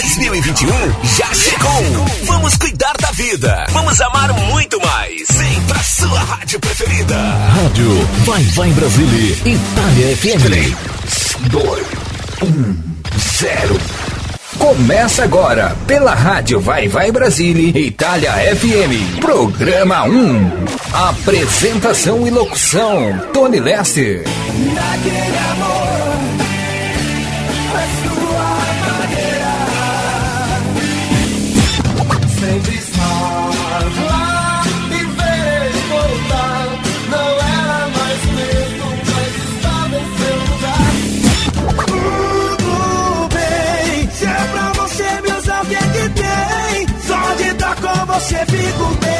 2021 já chegou. Vamos cuidar da vida. Vamos amar muito mais. Vem pra sua rádio preferida. Rádio Vai Brasília, Itália FM. 3, 2, 1, 0. Começa agora, pela Rádio Vai Brasília, Itália FM. Programa 1. Apresentação e locução, Tony Lester. Naquele amor, a sua maneira. Sempre estar lá e ver ele voltar. Não era mais mesmo, mas estava em seu lugar. Tudo bem, se é pra você me usar, o que é que tem? Só de estar com você fico bem.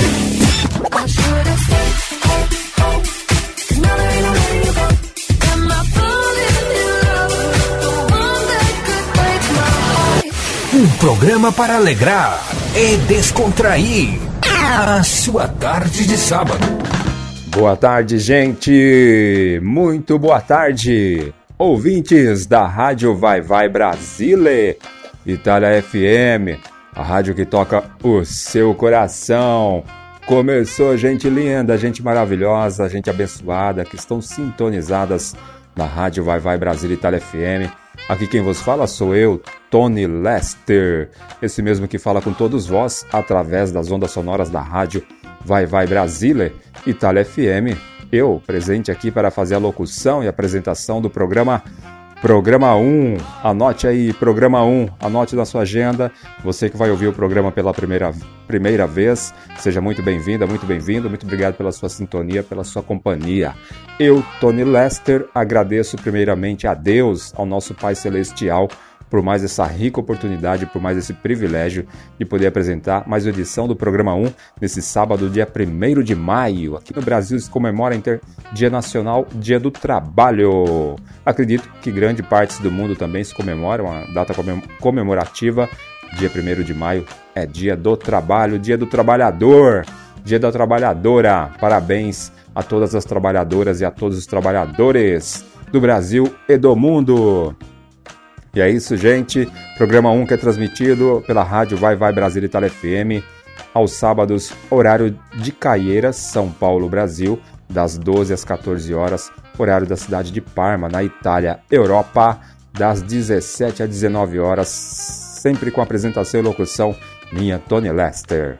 Um programa para alegrar e descontrair a sua tarde de sábado. Boa tarde, gente! Muito boa tarde! Ouvintes da Rádio Vai Brasília, Itália FM, a rádio que toca o seu coração. Começou, gente linda, gente maravilhosa, gente abençoada, que estão sintonizadas na Rádio Vai Brasília, Itália FM. Aqui quem vos fala sou eu, Tony Lester, esse mesmo que fala com todos vós através das ondas sonoras da rádio Vai Brasília, Itália FM. Eu, presente aqui para fazer a locução e apresentação do programa 1. Anote aí, programa 1, anote na sua agenda. Você que vai ouvir o programa pela primeira vez, seja muito bem-vinda, muito bem-vindo. Muito obrigado pela sua sintonia, pela sua companhia. Eu, Tony Lester, agradeço primeiramente a Deus, ao nosso Pai Celestial, por mais essa rica oportunidade, por mais esse privilégio de poder apresentar mais uma edição do Programa 1, nesse sábado, dia 1º de maio. Aqui no Brasil se comemora Dia Nacional, Dia do Trabalho. Acredito que grande parte do mundo também se comemora, uma data comemorativa. Dia 1º de maio é Dia do Trabalho, Dia do Trabalhador, Dia da Trabalhadora. Parabéns a todas as trabalhadoras e a todos os trabalhadores do Brasil e do mundo. E é isso, gente. Programa 1 que é transmitido pela rádio Vai Brasília, Itália FM, aos sábados, horário de Caieiras, São Paulo, Brasil, das 12 às 14 horas, horário da cidade de Parma, na Itália, Europa, das 17 às 19 horas, sempre com apresentação e locução minha, Tony Lester.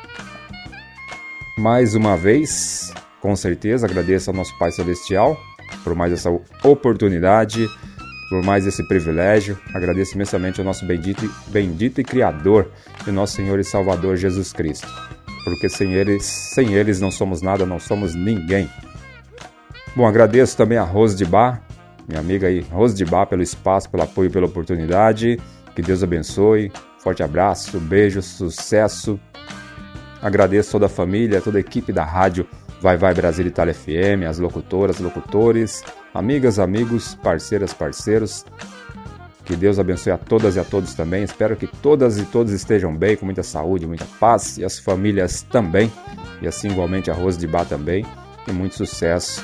Mais uma vez, com certeza, agradeço ao nosso Pai Celestial por mais essa oportunidade, por mais esse privilégio. Agradeço imensamente ao nosso bendito e Criador, e nosso Senhor e Salvador Jesus Cristo. Porque sem eles não somos nada, não somos ninguém. Bom, agradeço também a Rose de Bar, minha amiga aí, Rose de Bar, pelo espaço, pelo apoio, pela oportunidade. Que Deus abençoe. Forte abraço, beijo, sucesso. Agradeço toda a família, toda a equipe da rádio Vai Brasília, Itália FM, as locutoras, locutores, amigas, amigos, parceiras, parceiros. Que Deus abençoe a todas e a todos também. Espero que todas e todos estejam bem, com muita saúde, muita paz, e as famílias também. E assim igualmente a Rose de Bar também. E muito sucesso.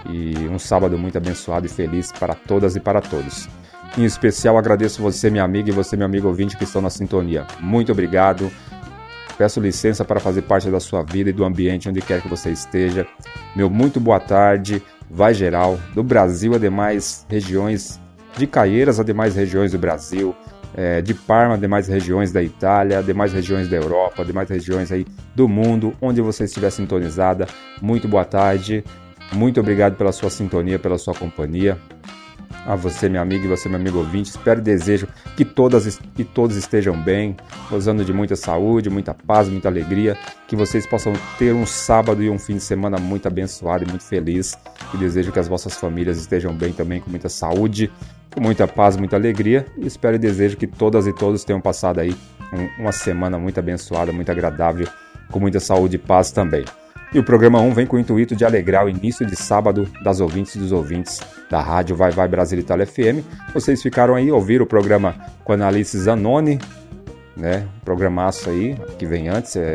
E um sábado muito abençoado e feliz para todas e para todos. Em especial agradeço você, minha amiga, e você, meu amigo ouvinte, que estão na sintonia. Muito obrigado. Peço licença para fazer parte da sua vida e do ambiente onde quer que você esteja. Meu muito boa tarde, vai geral, do Brasil a demais regiões, de Caieiras a demais regiões do Brasil, de Parma a demais regiões da Itália, demais regiões da Europa, demais regiões aí do mundo, onde você estiver sintonizada. Muito boa tarde, muito obrigado pela sua sintonia, pela sua companhia. A você, minha amiga, e você, meu amigo ouvinte, espero e desejo que todas e todos estejam bem, gozando de muita saúde, muita paz, muita alegria, que vocês possam ter um sábado e um fim de semana muito abençoado e muito feliz, e desejo que as vossas famílias estejam bem também, com muita saúde, com muita paz, muita alegria, e espero e desejo que todas e todos tenham passado aí uma semana muito abençoada, muito agradável, com muita saúde e paz também. E o programa 1 vem com o intuito de alegrar o início de sábado das ouvintes e dos ouvintes da rádio Vai Brasília, Itália FM. Vocês ficaram aí, ouviram o programa com a Analice Zanoni, né? Programaço aí, que vem antes,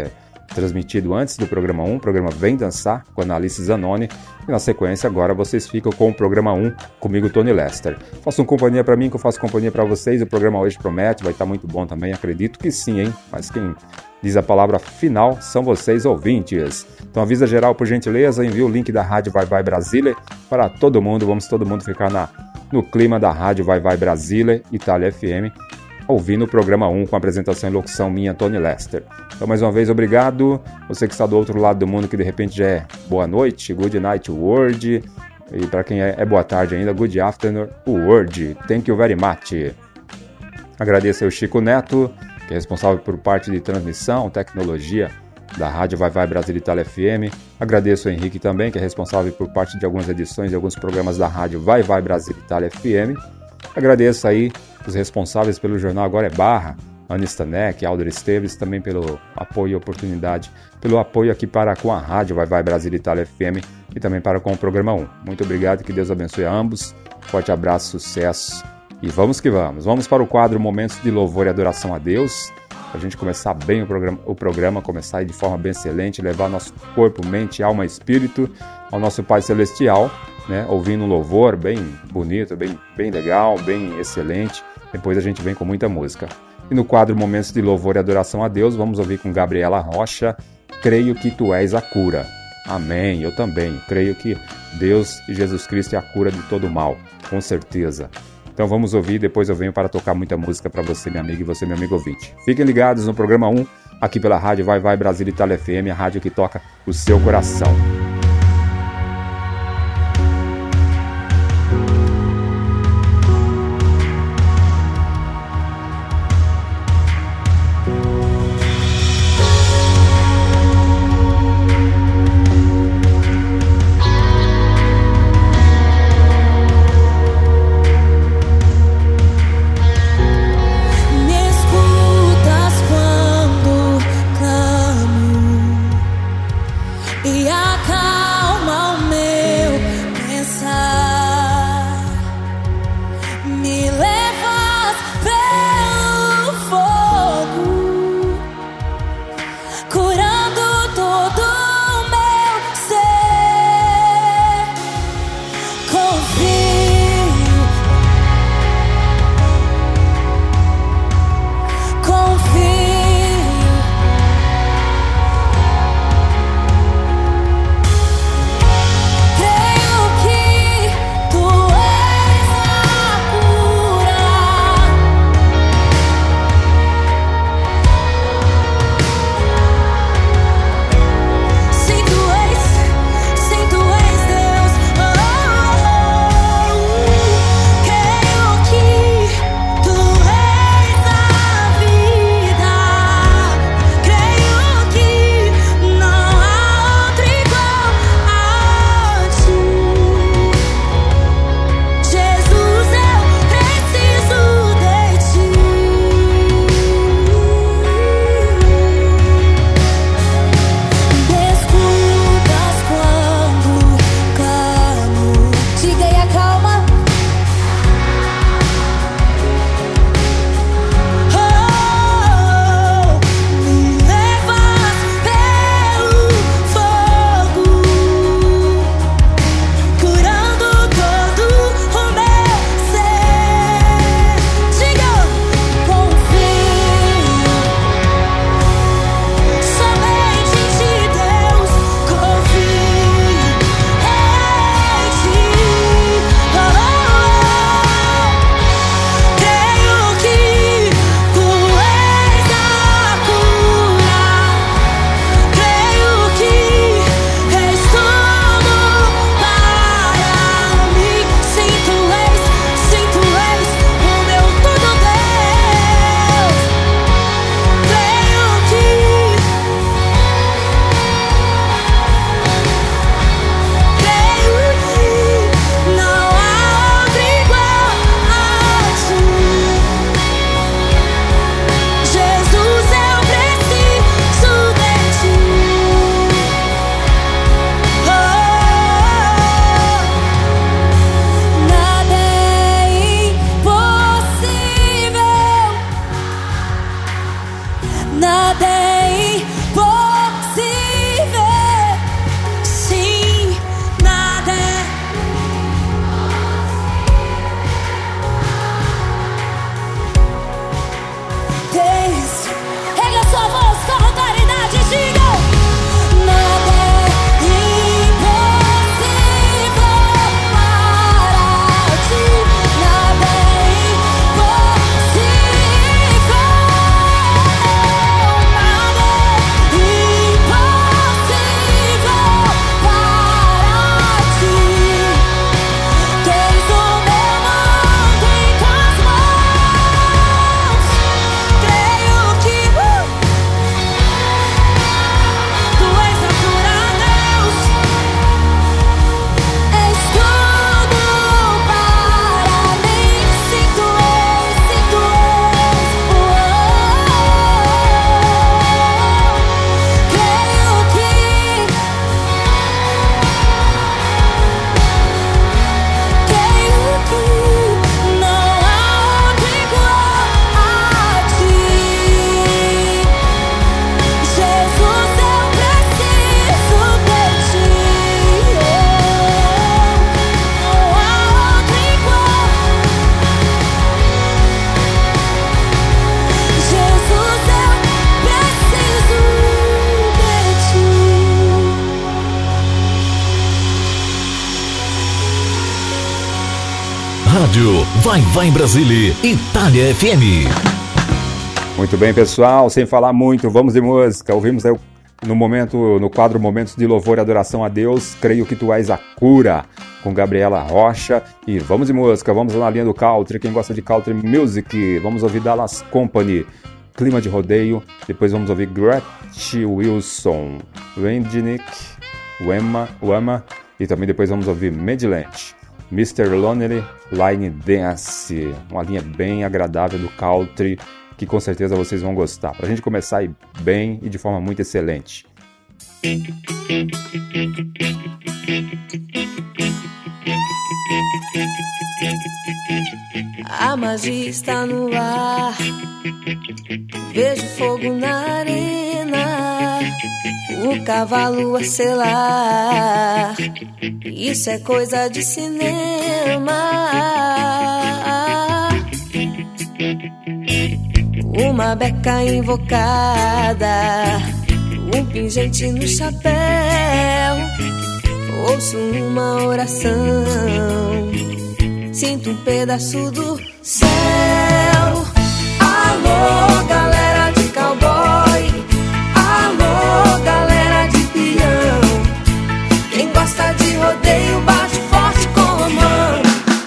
transmitido antes do programa 1, o programa Vem Dançar, com a Analice Zanoni. E na sequência, agora vocês ficam com o programa 1, comigo, Tony Lester. Façam companhia para mim, que eu faço companhia para vocês. O programa hoje promete, vai estar muito bom também, acredito que sim, hein? Mas quem diz a palavra final são vocês, ouvintes. Então avisa geral, por gentileza, envia o link da Rádio Vai Vai Brasília para todo mundo. Vamos todo mundo ficar no clima da Rádio Vai Vai Brasília, Itália FM, ouvindo o programa 1 com a apresentação e locução minha, Tony Lester. Então, mais uma vez, obrigado. Você que está do outro lado do mundo, que de repente já é boa noite, good night world. E para quem é boa tarde ainda, good afternoon world. Thank you very much. Agradeço ao Chico Neto, que é responsável por parte de transmissão, tecnologia da Rádio Vai Vai Brasília Itália FM. Agradeço ao Henrique também, que é responsável por parte de algumas edições de alguns programas da Rádio Vai Vai Brasília Itália FM. Agradeço aí os responsáveis pelo jornal Agora é Barra, Ana Stanek, Alder Esteves, também pelo apoio e oportunidade, pelo apoio aqui com a Rádio Vai Vai Brasília Itália FM e também com o programa 1. Muito obrigado, que Deus abençoe a ambos. Forte abraço, sucesso e vamos que vamos. Vamos para o quadro Momentos de Louvor e Adoração a Deus, para a gente começar bem o programa, começar de forma bem excelente, levar nosso corpo, mente, alma e espírito ao nosso Pai Celestial, né? Ouvindo um louvor bem bonito, bem legal, bem excelente. Depois a gente vem com muita música. E no quadro Momentos de Louvor e Adoração a Deus, vamos ouvir com Gabriela Rocha, Creio que Tu És a Cura. Amém, eu também. Creio que Deus e Jesus Cristo é a cura de todo mal, com certeza. Então vamos ouvir, depois eu venho para tocar muita música para você, minha amiga, e você, meu amigo ouvinte. Fiquem ligados no programa 1, aqui pela Rádio Vai Vai Brasília Itália FM, a rádio que toca o seu coração. E acalma o meu pensar, me levas pelo fogo, curando todo o meu ser. Confio. Nada é impossível. Vai em Brasília, Itália FM. Muito bem, pessoal, sem falar muito, vamos de música. Ouvimos aí no quadro Momentos de Louvor e Adoração a Deus, Creio que Tu És a Cura, com Gabriela Rocha. E vamos de música, vamos na linha do country. Quem gosta de country music, vamos ouvir Dallas Company, Clima de Rodeio. Depois vamos ouvir Gretchen Wilson, Wendnick, Wema. E também depois vamos ouvir Midland, Mr. Lonely Line Dance, uma linha bem agradável do country, que com certeza vocês vão gostar. Pra gente começar aí bem e de forma muito excelente. A magia está no ar, vejo fogo na arena, o cavalo a selar, isso é coisa de cinema. Uma beca invocada, um pingente no chapéu, ouço uma oração, sinto um pedaço do céu. Alô, galera de cowboy, alô, galera de peão, quem gosta de rodeio bate forte com a mão.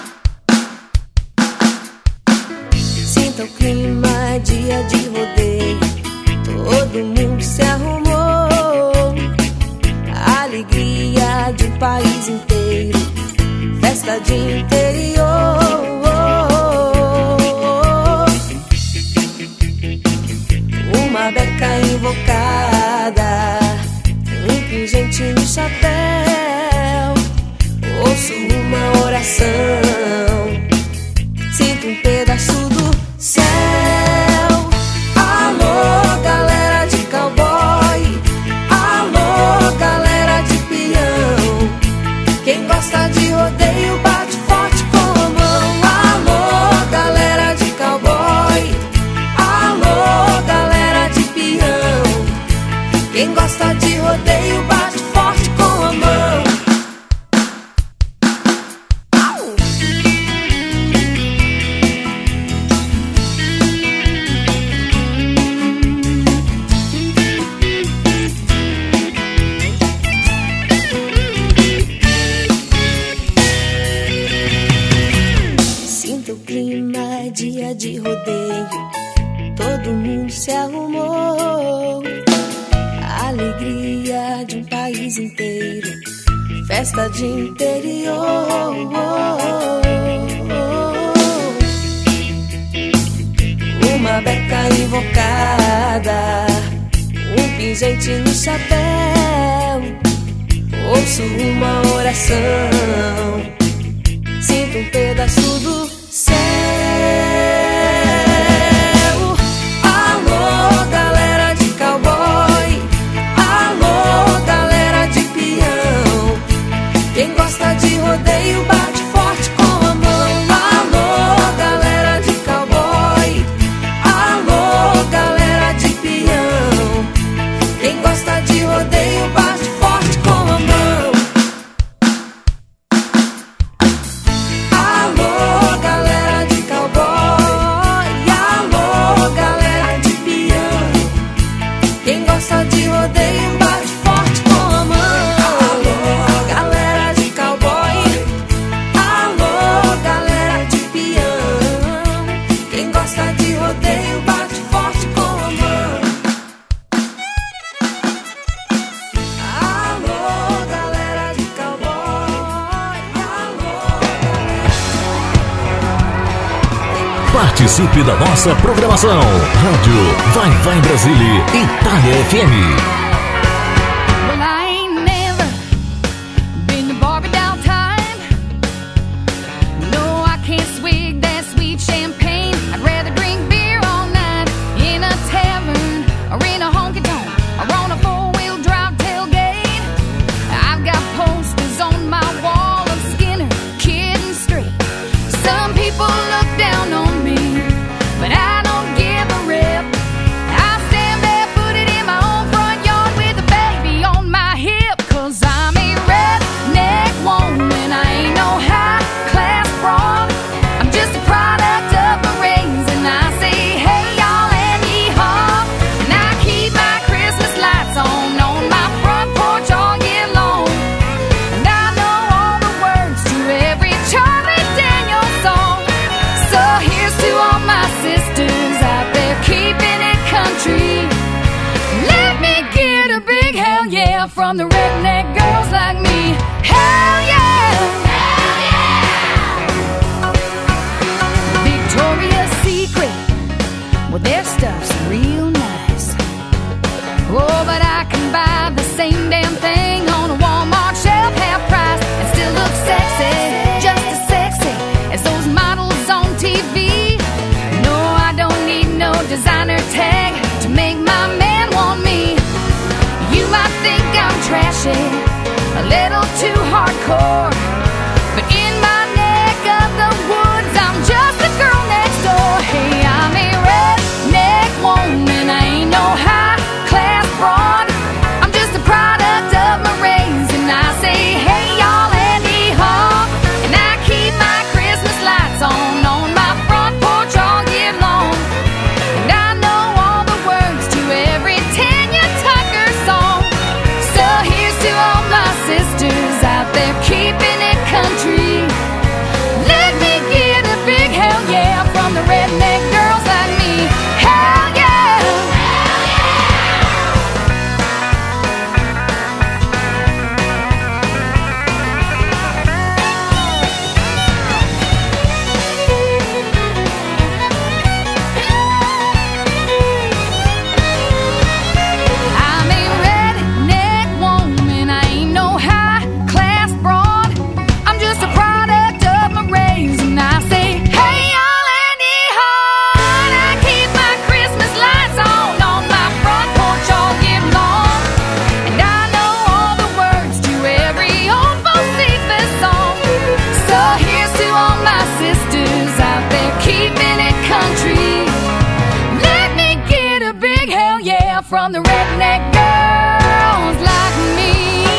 Sinta o clima, é dia de rodeio, todo mundo se arrumou, a alegria de um país inteiro, festa de interior. Uma beca invocada, um pingente no chapéu, ouço uma oração, sinto um pedaço do céu. Alô, galera de cowboy, alô, galera de peão, quem gosta de rodeio bate forte com a mão. Alô, galera de cowboy, alô, galera de peão, quem gosta de rodeio bate forte com a mão. Dia de rodeio, todo mundo se arrumou, a alegria de um país inteiro, festa de interior. Uma beca invocada, um pingente no chapéu, ouço uma oração, sinto um pedaço do céu. Alô, galera de cowboy, alô, galera de peão, quem gosta de rodeio bate forte com a mão. Alô, galera de cowboy, alô, galera de peão, quem gosta de rodeio bate forte com a mão. Alô, galera de cowboy, alô, galera de peão, quem gosta de rodeio bate forte com a mão. Alô, galera de cowboy, alô, galera de peão, quem gosta de rodeio bate forte com a mão. Alô, galera de cowboy, alô. Participe da nossa programação. Rádio Vai em Brasília, Itália FM. Well, I ain't never been to Barbie time. No, I can't swig that sweet champagne. I'd rather drink beer all night in a tavern or in a honky-tonk or on a four-wheel drive tailgate. I've got posters on my wall of Skinner, Kid and Straight. Some people look down on me, but I don't give a rip. I stand barefooted in my own front yard. yeah, from the redneck girls like me. Hell yeah! Hell yeah! Victoria's Secret, well, their stuff's real nice. Oh, but I can buy the same damn thing on a Walmart shelf, half price, and still look sexy, just as sexy as those models on TV. No, I don't need no designer tag to make my man want me. You might think I'm trashy, a little too hardcore, but in my neck of the woods, I'm just a girl next door. Hey, I'm a redneck woman, I ain't no high-class broad. I'm just a product of my race, and I say, hey, y'all, Andy Hall. And I keep my Christmas lights on my front porch all year long. And I know all the words to every Tanya Tucker song. So here's to all my sisters out there keeping it country. Let me get a big hell yeah from the redneck girls like me. Hell yeah! I'm a redneck woman, I ain't no high-class broad. I'm just a product of my race, and I say, hey, y'all, Andy Hall. I keep my Christmas lights on my front porch all year long. And I know all the words to every old Bo Cephas song. So here's to all my sisters out there keeping it country. Let me get a big hell yeah from the redneck girls like me.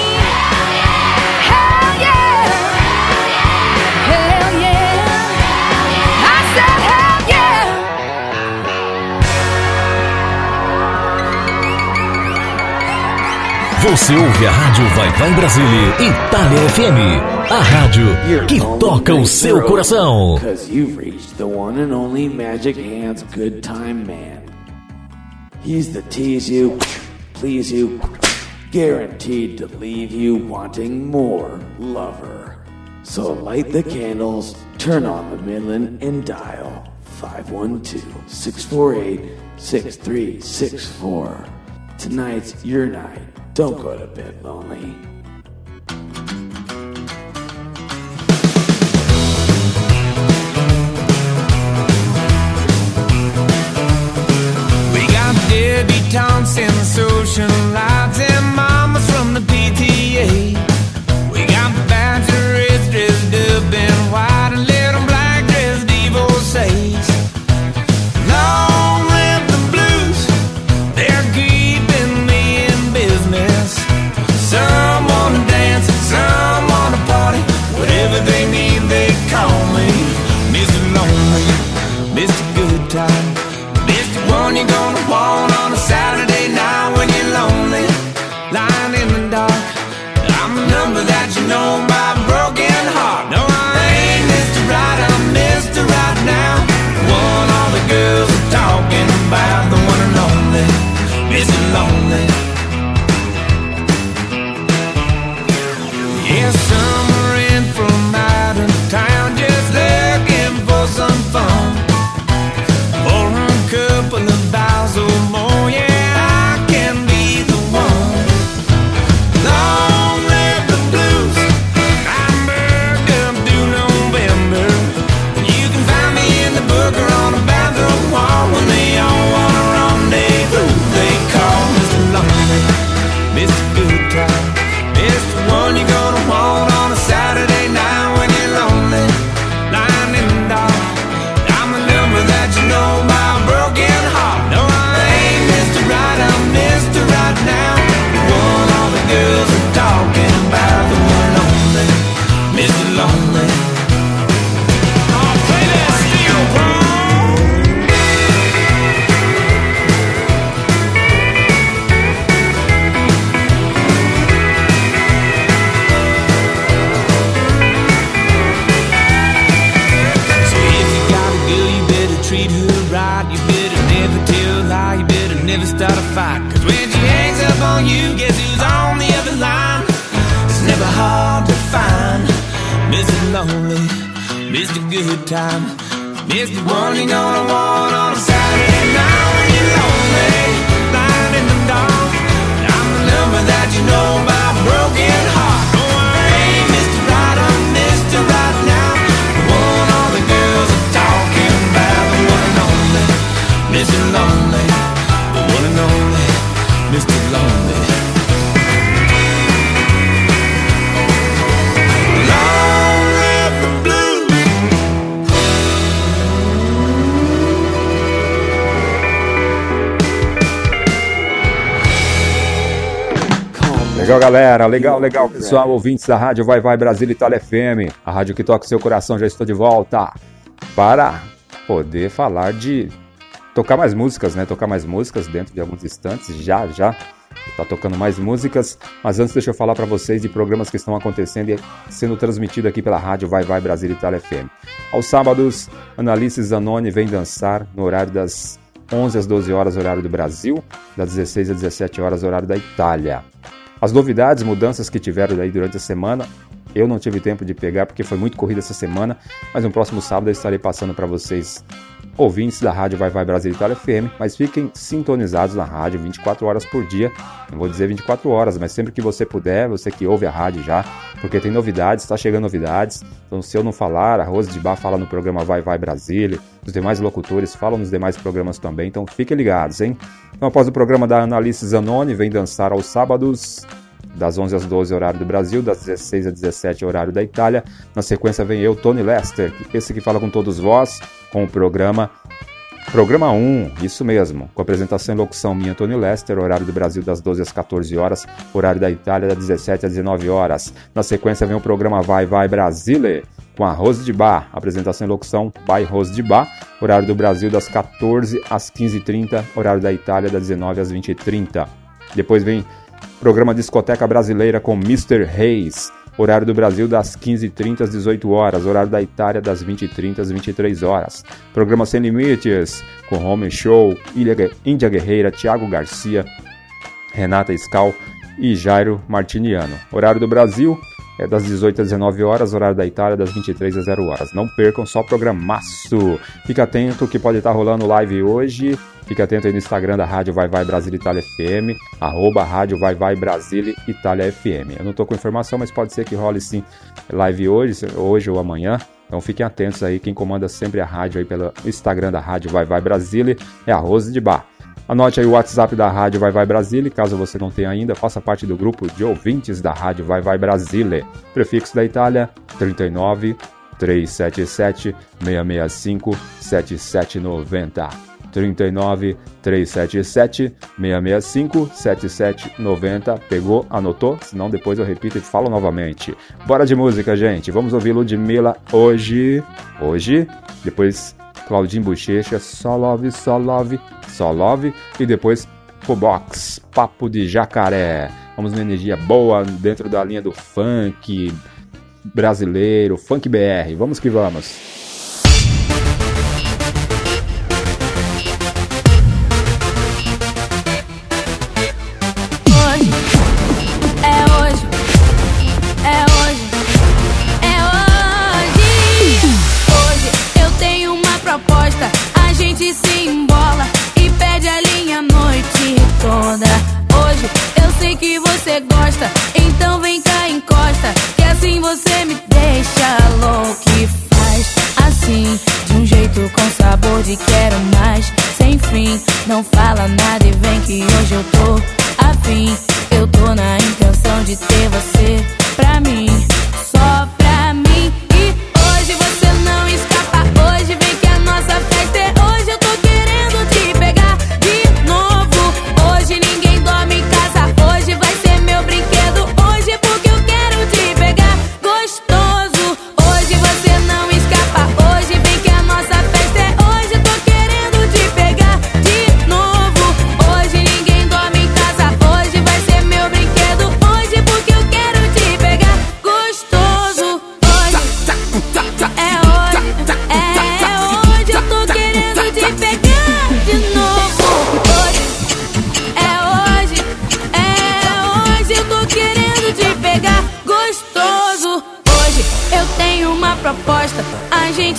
Hell yeah! Hell yeah! I said hell yeah! Você ouve a Rádio Vai Vai Brasília, Itália FM. A rádio que toca o seu coração. Because you've reached the one and only Magic Hands Good Time Man. He's the tease you, please you, guaranteed to leave you wanting more lover. So light the candles, turn on the Midland, and dial 512-648-6364. Tonight's your night. Don't go to bed lonely. We got debutantes in the social lives and mamas from the PTA. We got bachelorettes dressed up in white and little black dressed divorcees. Long live the blues, they're keeping me in business. Some wanna dance, some wanna party. Whatever they need, they call me Mr. Lonely, Mr. Good Time, Mr. One you're gonna want on a Saturday night when you're lonely, lying in the dark. I'm the number that you know by broken heart. No, I ain't Mr. Right, I'm Mr. Right now. One all the girls are talking about, the one and only Mr. Lonely. Yeah, some are in from out of town just looking for some fun. For a couple of vows or more, yeah, I can be the one. Long live the blues, I'm booked up through November. You can find me in the book or on a bathroom wall. never start a fight. Cause when she hangs up on you, guess who's on the other line? It's never hard to find Mr. Lonely, Mr. Good Time, Mr. One you're gonna want on a Saturday night when you're lonely, lying in the dark. I'm the number that you know by a broken heart. Oh, I ain't Mr. Right, I'm Mr. Right now. The one all the girls are talking about. The one and only Mr. Lonely, the one and only Mr. Lonely. Legal, galera, legal, pessoal, ouvintes da Rádio Vai Vai Brasília Itália FM, a rádio que toca o seu coração. Já estou de volta para poder falar de tocar mais músicas, né? Tocar mais músicas dentro de alguns instantes, já tá tocando mais músicas, mas antes deixa eu falar para vocês de programas que estão acontecendo e sendo transmitido aqui pela Rádio Vai Vai Brasília Itália FM. Aos sábados, Annalise Zanoni vem dançar no horário das 11 às 12 horas, horário do Brasil, das 16 às 17 horas, horário da Itália. As novidades, mudanças que tiveram aí durante a semana, eu não tive tempo de pegar porque foi muito corrida essa semana, mas no próximo sábado eu estarei passando para vocês, ouvintes da Rádio Vai Vai Brasília Itália FM, mas fiquem sintonizados na rádio 24 horas por dia, não vou dizer 24 horas, mas sempre que você puder, você que ouve a rádio já, porque tem novidades, está chegando novidades, então se eu não falar, a Rose de Bar fala no programa Vai Vai Brasília, os demais locutores falam nos demais programas também, então fiquem ligados, hein? Então após o programa da Annalise Zanoni, vem dançar aos sábados, das 11 às 12, horário do Brasil, das 16 às 17, horário da Itália. Na sequência vem eu, Tony Lester, esse que fala com todos vós, com o Programa 1, isso mesmo, com apresentação e locução minha, Tony Lester, horário do Brasil das 12 às 14 horas, horário da Itália das 17 às 19 horas. Na sequência vem o programa Vai Vai Brasília, com a Rose de Bar, apresentação e locução by Rose de Bar, horário do Brasil das 14 às 15h30, horário da Itália das 19 às 20h30. Depois vem programa Discoteca Brasileira com Mr. Reis, horário do Brasil das 15h30 às 18 horas, horário da Itália das 20h30 às 23 horas. Programa Sem Limites com Home Show, Índia Guerreira, Thiago Garcia, Renata Scal e Jairo Martiniano. Horário do Brasil é das 18 às 19 horas, horário da Itália das 23 às 0 horas. Não percam, só programaço. Fica atento que pode estar rolando live hoje. Fica atento aí no Instagram da Rádio Vai Vai Brasília Itália FM, @Rádio Vai Vai Brasília Itália FM. Eu não estou com informação, mas pode ser que role sim live hoje ou amanhã. Então fiquem atentos aí, quem comanda sempre a rádio aí pelo Instagram da Rádio Vai Vai Brasília é a Rose de Bar. Anote aí o WhatsApp da Rádio Vai Vai Brasília, caso você não tenha ainda, faça parte do grupo de ouvintes da Rádio Vai Vai Brasília. Prefixo da Itália, 39 377 665 7790. 39 377 665 7790. Pegou? Anotou? Senão depois eu repito e falo novamente. Bora de música, gente. Vamos ouvir Ludmilla hoje. Depois Claudinho Bochecha, Só Love, Só Love, Só Love. E depois Box, Papo de Jacaré. Vamos numa energia boa dentro da linha do funk brasileiro, funk BR. Vamos que vamos. Hoje eu sei que você gosta, então vem cá, encosta, que assim você me deixa louco e faz assim, de um jeito com sabor de quero mais, sem fim. Não fala nada e vem que hoje eu tô afim. Eu tô na intenção de ter você pra mim, só pra mim. E hoje você não escapa, hoje vem que a nossa festa é hoje. Eu tô querendo te pegar de novo. Hoje ninguém dorme em casa, hoje vai ser meu brinquedo. Hoje porque eu quero te pegar gostoso. Hoje você não escapa, hoje vem que a nossa festa é hoje. Eu tô querendo te pegar de novo. Hoje ninguém dorme em casa, hoje vai ser meu brinquedo. Hoje porque eu quero te pegar gostoso. Hoje é hoje, eu tô querendo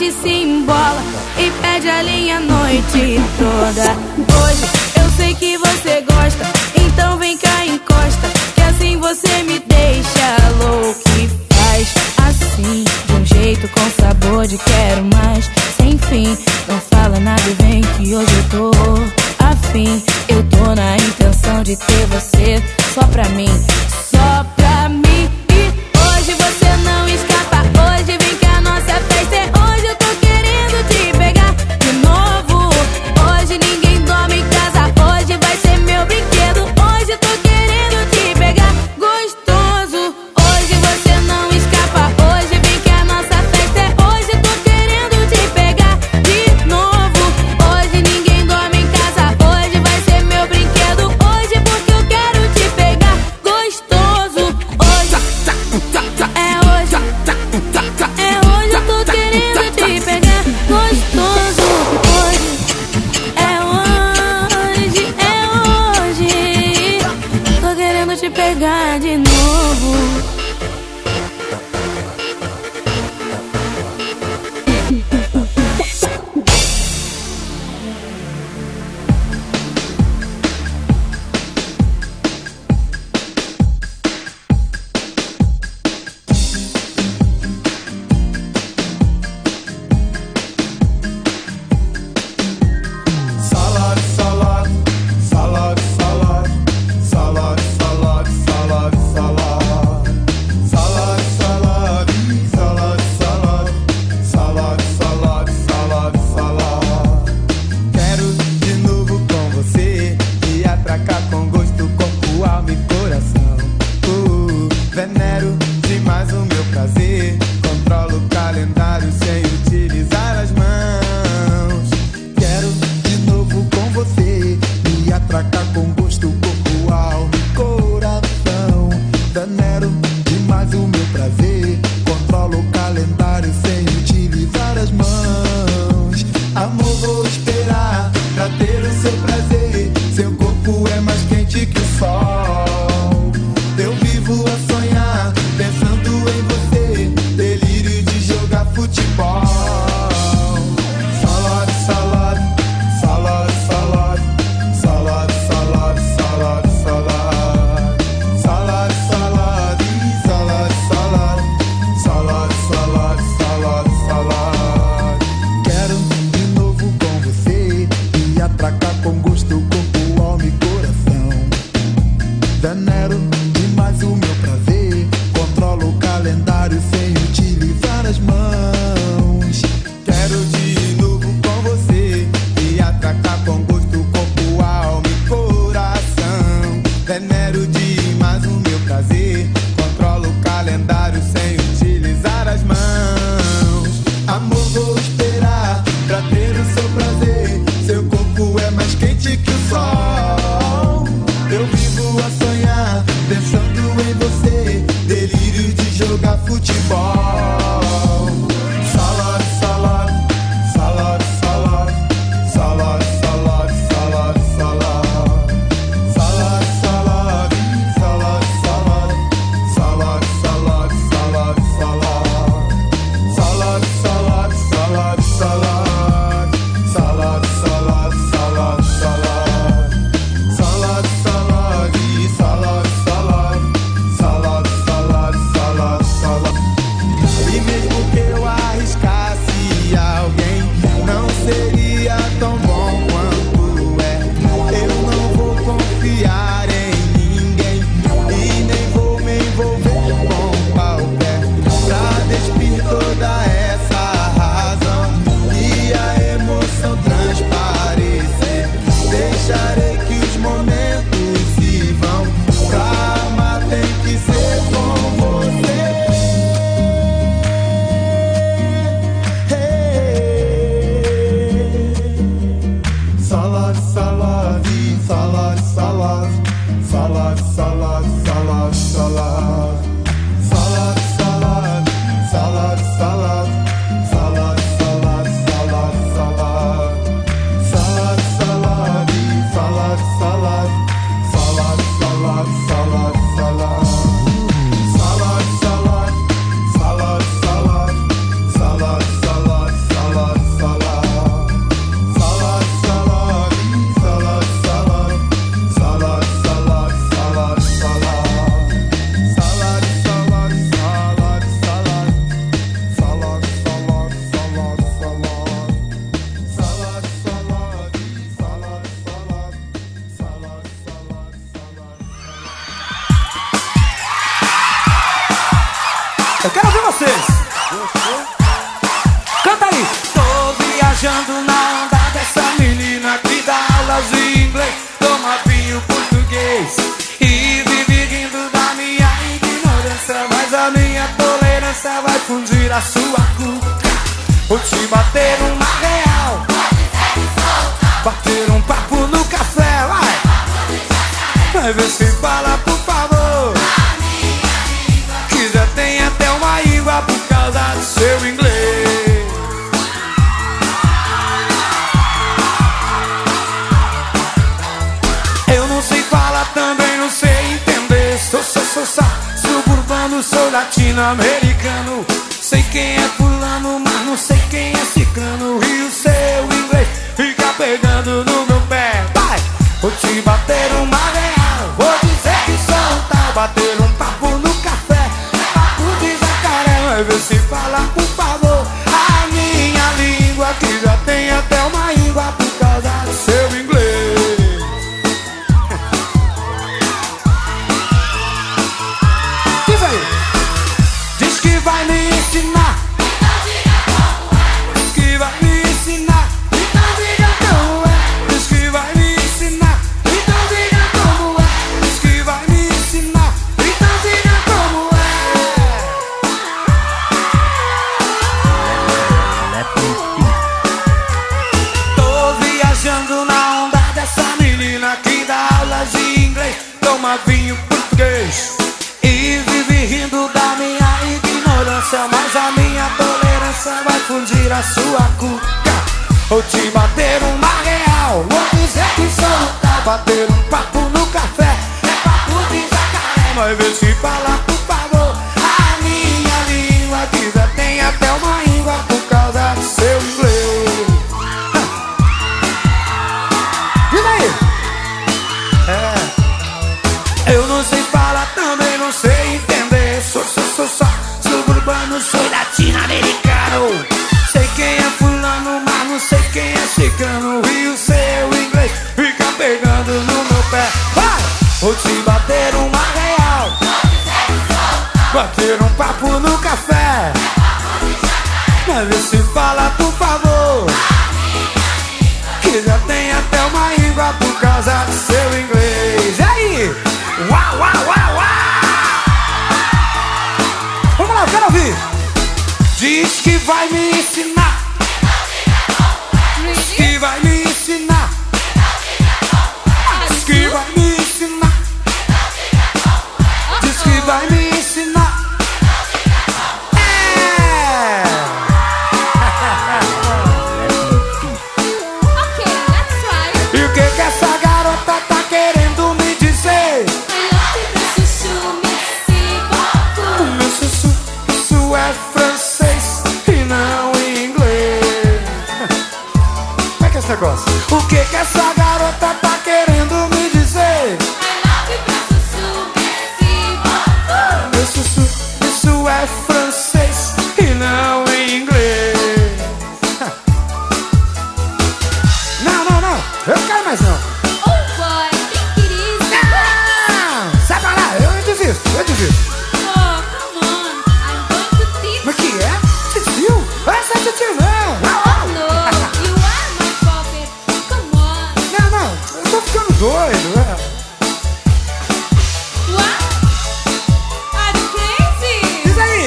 e se embola e pede a linha a noite toda. Hoje eu sei que você gosta, então vem cá, encosta, que assim você me deixa louco e faz assim, de um jeito com sabor de quero mais, sem fim. Não fala nada e vem que hoje eu tô afim. Eu tô na intenção de ter você só pra mim, só pra mim. E hoje você não escapa, hoje vem que a nossa festa é hoje. Eu tô querendo te pegar de novo. Hoje ninguém dorme em casa, hoje vai ser meu brinquedo. Hoje eu tô querendo te pegar gostoso. Hoje você não escapa, hoje vem que a nossa festa é hoje. Eu tô querendo te pegar de novo. Hoje ninguém dorme em casa, hoje vai ser meu brinquedo. Hoje porque eu quero te pegar gostoso. Hoje é hoje, é hoje eu tô querendo te pegar gostoso. Hoje é hoje, tô querendo te pegar de novo. Salad, salad, salad, salad, salad, salad, salad, salad. Salad, salad, salad, salad, salad, salad, salad, salad. Quero de novo com você e atracar com gosto, corpo, alma e coração. Venero demais o meu prazer, controlo o calendário sem utilizar as mãos. Quero de novo com você e atracar com gosto, corpo, alma e coração. Venero demais o meu prazer, controlo o calendário sem utilizar as mãos. Amor, vou esperar pra ter o seu prazer. Seu corpo é mais quente que o sol. Eu vivo a sonhar, pensando em você, delírio de jogar futebol. Salad, salad, salad, salad, salad, salad, salad, salad. Salad, salad, salad, salad, salad, salad, salad, salad. Quero de novo com você e atracar com gosto, corpo, alma e coração. Venero demais o meu prazer, controlo o calendário sem utilizar as mãos. Quero de novo com você e atracar com gosto, corpo, alma e coração. Venero demais o meu prazer, controlo o calendário sem utilizar as mãos. Amor, vou esperar pra ter o seu prazer. Seu corpo é mais quente que o sol. Eu vivo a sonhar, pensando em você, delírio de jogar futebol. Salad, salad, salad, salad, salad, salad, salad, salad. Salad, salad, salad, salad, salad, salad, salad, salad. Salad, salad, salad, salad, salad, salad, salad, salad. Salad, salad, salad, salad, salad, salad, salad, salad. E mesmo que eu arriscasse alguém, não seria tão bom quanto é. Eu não vou confiar em ninguém e nem vou me envolver com qualquer, pra despir toda essa razão e a emoção transparecer. Deixarei que os momentos se vão, pra amar tem que ser com você. Salad, salad, salad, salad, salad, salad, salad, salad. Salad, salad, salad, salad, salad, salad, salad, salad. Salad, salad, salad, salad, salad, salad, salad, salad. Salad, salad, salad, salad, salad, salad, salad, fundir a sua cuca. Vou te bater uma real, bater um papo no café, vai. Vai ver se fala, por favor, que já tem até uma íngua por causa do seu inglês. Eu não sei falar, também não sei entender. Sou suburbano, sou latino-americano. Sei quem é fulano, mas não sei quem é ciclano. E o seu inglês fica pegando no meu pé. Vai, vou te bater uma real, vou dizer que sou um tal. Bater um papo no café, papo de jacaré. Vai ver se fala, por favor, a minha língua, que já tem até uma íngua por causa do seu inglês. Diz aí. Diz que vai me ensinar, diz que vai me ensinar, então diga como é. Diz que vai me ensinar, então diga como é. Diz que vai me ensinar, então diga como é. Tô viajando na onda dessa menina que dá aulas de inglês, toma vinho português e vive rindo da minha ignorância. Mas a minha tolerância vai fundir a sua cuca. Vou te bater uma real, vou dizer que sou um tal. Bater um papo no café, é papo de jacaré. Vai ver se fala, por favor, a minha língua, que já tem até uma íngua por causa do seu inglês. Diz aí. Eu não sei falar, também não sei entender. Sou suburbano, sou latino-americano. Sei quem é fulano, mas não sei quem é ciclano. E o seu inglês fica pegando no meu pé. Vai! Vou te bater uma real, bater um papo no café. Mas vê se fala, por favor, que já tem até uma íngua por causa do seu inglês. E aí? Uau, uau, uau, uau! Vamos lá, eu quero ouvir. Diz que vai me ensinar, diz que vai me ensinar, diz que vai me ensinar, diz que vai me ensinar. Okay, let's try. E o que essa garota tá querendo me dizer? O meu sussu, isso é francês e não inglês. Como é que é esse negócio? O que essa garota tá querendo me dizer? Meu sussu, isso é francês e não inglês. Não, não, não, eu não quero mais não. Oh boy, take it easy. Não, sai pra lá, eu desisto, eu desisto. Oh, come on. I'm going to teach Mas que é? Titio? Essa é titio não. Oh no, you are my puppet. Come on. Não, não, eu tô ficando doido, né? What? Are you crazy? Diz aí.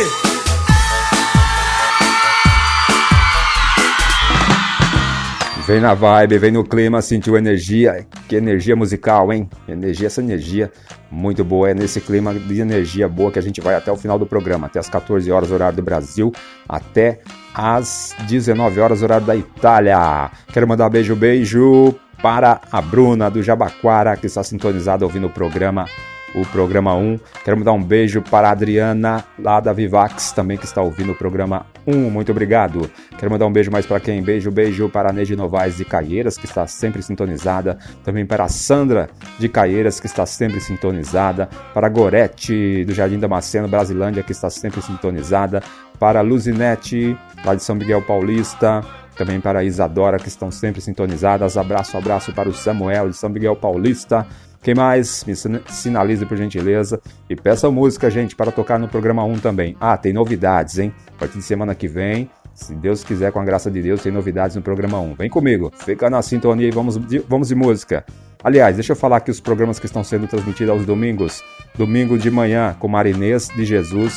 Vem na vibe, vem no clima, sentiu energia. Que energia musical, hein? Energia, essa energia muito boa. É nesse clima de energia boa que a gente vai até o final do programa. Até as 14 horas, horário do Brasil. Até às 19 horas, horário da Itália. Quero mandar um beijo para a Bruna do Jabaquara, que está sintonizada ouvindo o programa 1. Quero mandar um beijo para a Adriana, lá da Vivax, também que está ouvindo o programa 1. Muito obrigado. Quero mandar um beijo mais para quem? Beijo para a Neide Novaes de Caieiras, que está sempre sintonizada. Também para a Sandra de Caieiras, que está sempre sintonizada. Para a Gorete, do Jardim Damasceno, Brasilândia, que está sempre sintonizada. Para a Luzinete, lá de São Miguel Paulista. Também para a Isadora, que estão sempre sintonizadas. Abraço para o Samuel, de São Miguel Paulista. Quem mais? Me sinalize por gentileza. E peça música, gente, para tocar no programa 1 também. Ah, tem novidades, hein? A partir de semana que vem, se Deus quiser, com a graça de Deus, tem novidades no programa 1. Vem comigo, fica na sintonia e vamos de música. Aliás, deixa eu falar aqui os programas que estão sendo transmitidos aos domingos. Domingo de manhã, com Marinês de Jesus,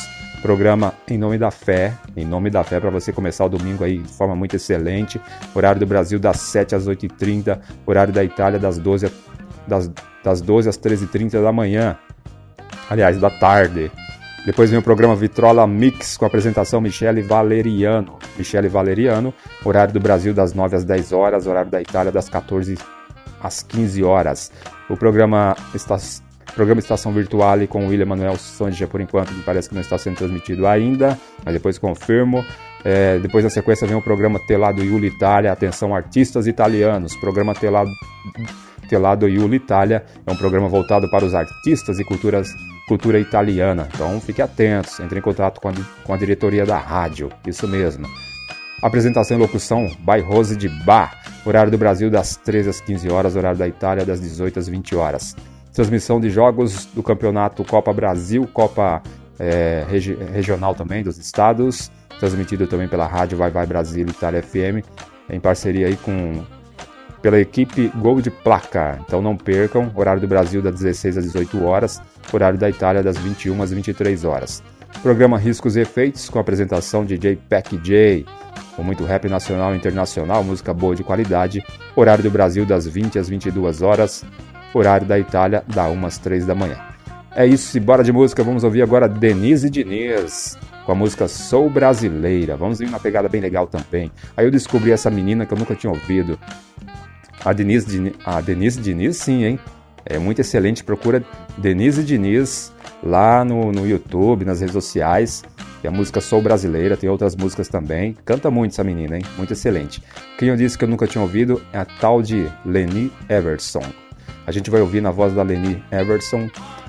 Programa Em Nome da Fé para você começar o domingo aí de forma muito excelente. Horário do Brasil das 7 às 8h30, horário da Itália das 12 às 13h30 da manhã, aliás, da tarde. Depois vem o programa Vitrola Mix com a apresentação Michele Valeriano, horário do Brasil das 9 às 10 horas, horário da Itália das 14 às 15 horas. O programa Estação Virtuale com o William Manuel Sonja, por enquanto, me parece que não está sendo transmitido ainda, mas depois confirmo. Depois na sequência vem o programa Telado Iulo Itália, atenção artistas italianos. Programa Telado Iulo Itália é um programa voltado para os artistas e cultura italiana. Então fiquem atentos, entre em contato com a diretoria da rádio, isso mesmo. Apresentação e locução by Rose de Bar, horário do Brasil das 13 às 15 horas, horário da Itália das 18 às 20 horas. Transmissão de jogos do campeonato Copa Brasil, Copa regional também dos estados, transmitido também pela rádio Vai Vai Brasil Itália FM, em parceria aí pela equipe Gol de Placa. Então não percam, horário do Brasil das 16 às 18 horas, horário da Itália das 21 às 23 horas. Programa Riscos e Efeitos com a apresentação de DJ Pac J, com muito rap nacional e internacional, música boa de qualidade, horário do Brasil das 20 às 22 horas, horário da Itália da 1 às 3 da manhã. É isso, e bora de música, vamos ouvir agora Denise Diniz, com a música Sou Brasileira. Vamos vir uma pegada bem legal também. Aí eu descobri essa menina que eu nunca tinha ouvido. A Denise Diniz, sim, hein? É muito excelente, procura Denise Diniz lá no YouTube, nas redes sociais. Tem a música Sou Brasileira, tem outras músicas também. Canta muito essa menina, hein? Muito excelente. Quem eu disse que eu nunca tinha ouvido é a tal de Leni Everson. A gente vai ouvir na voz da Leni Everson,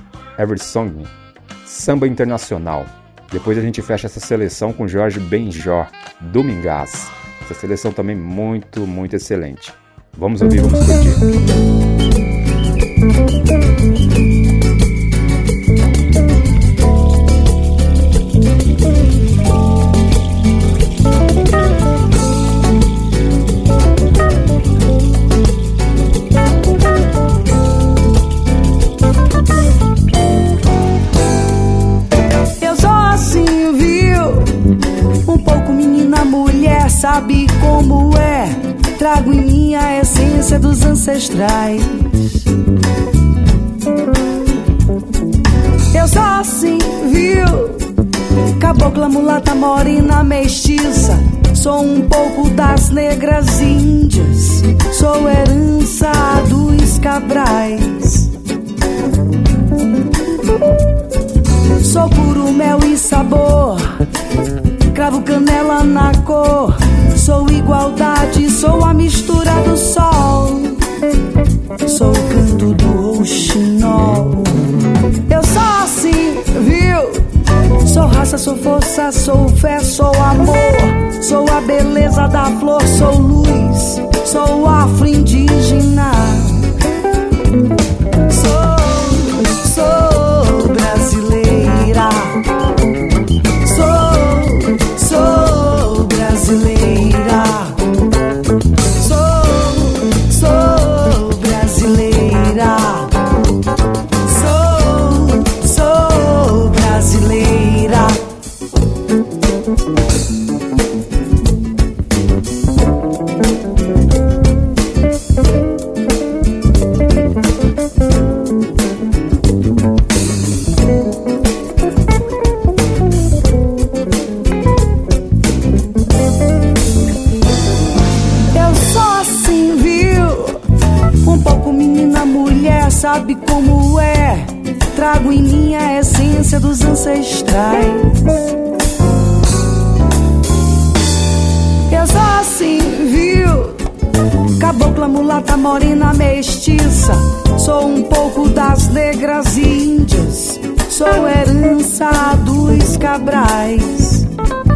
Samba Internacional. Depois a gente fecha essa seleção com Jorge Benjó, Domingás. Essa seleção também muito, muito excelente. Vamos ouvir, vamos curtir. Sabe como é? Trago em mim a essência dos ancestrais. Eu sou assim, viu? Cabocla, mulata, morena, mestiça. Sou um pouco das negras índias. Sou herança dos cabrais. Sou puro mel e sabor. Cravo, canela na cor. Sou igualdade, sou a mistura do sol. Sou o canto do rouxinol. Eu sou assim, viu? Sou raça, sou força, sou fé, sou amor. Sou a beleza da flor, sou luz. Sou afro-indígena. Sou brasileira. Sou brasileira. Sou brasileira. Sou brasileira. Sabe como é? Trago em mim a essência dos ancestrais. Eu sou assim, viu? Cabocla, mulata, morena, mestiça. Sou um pouco das negras índias. Sou herança dos cabrais.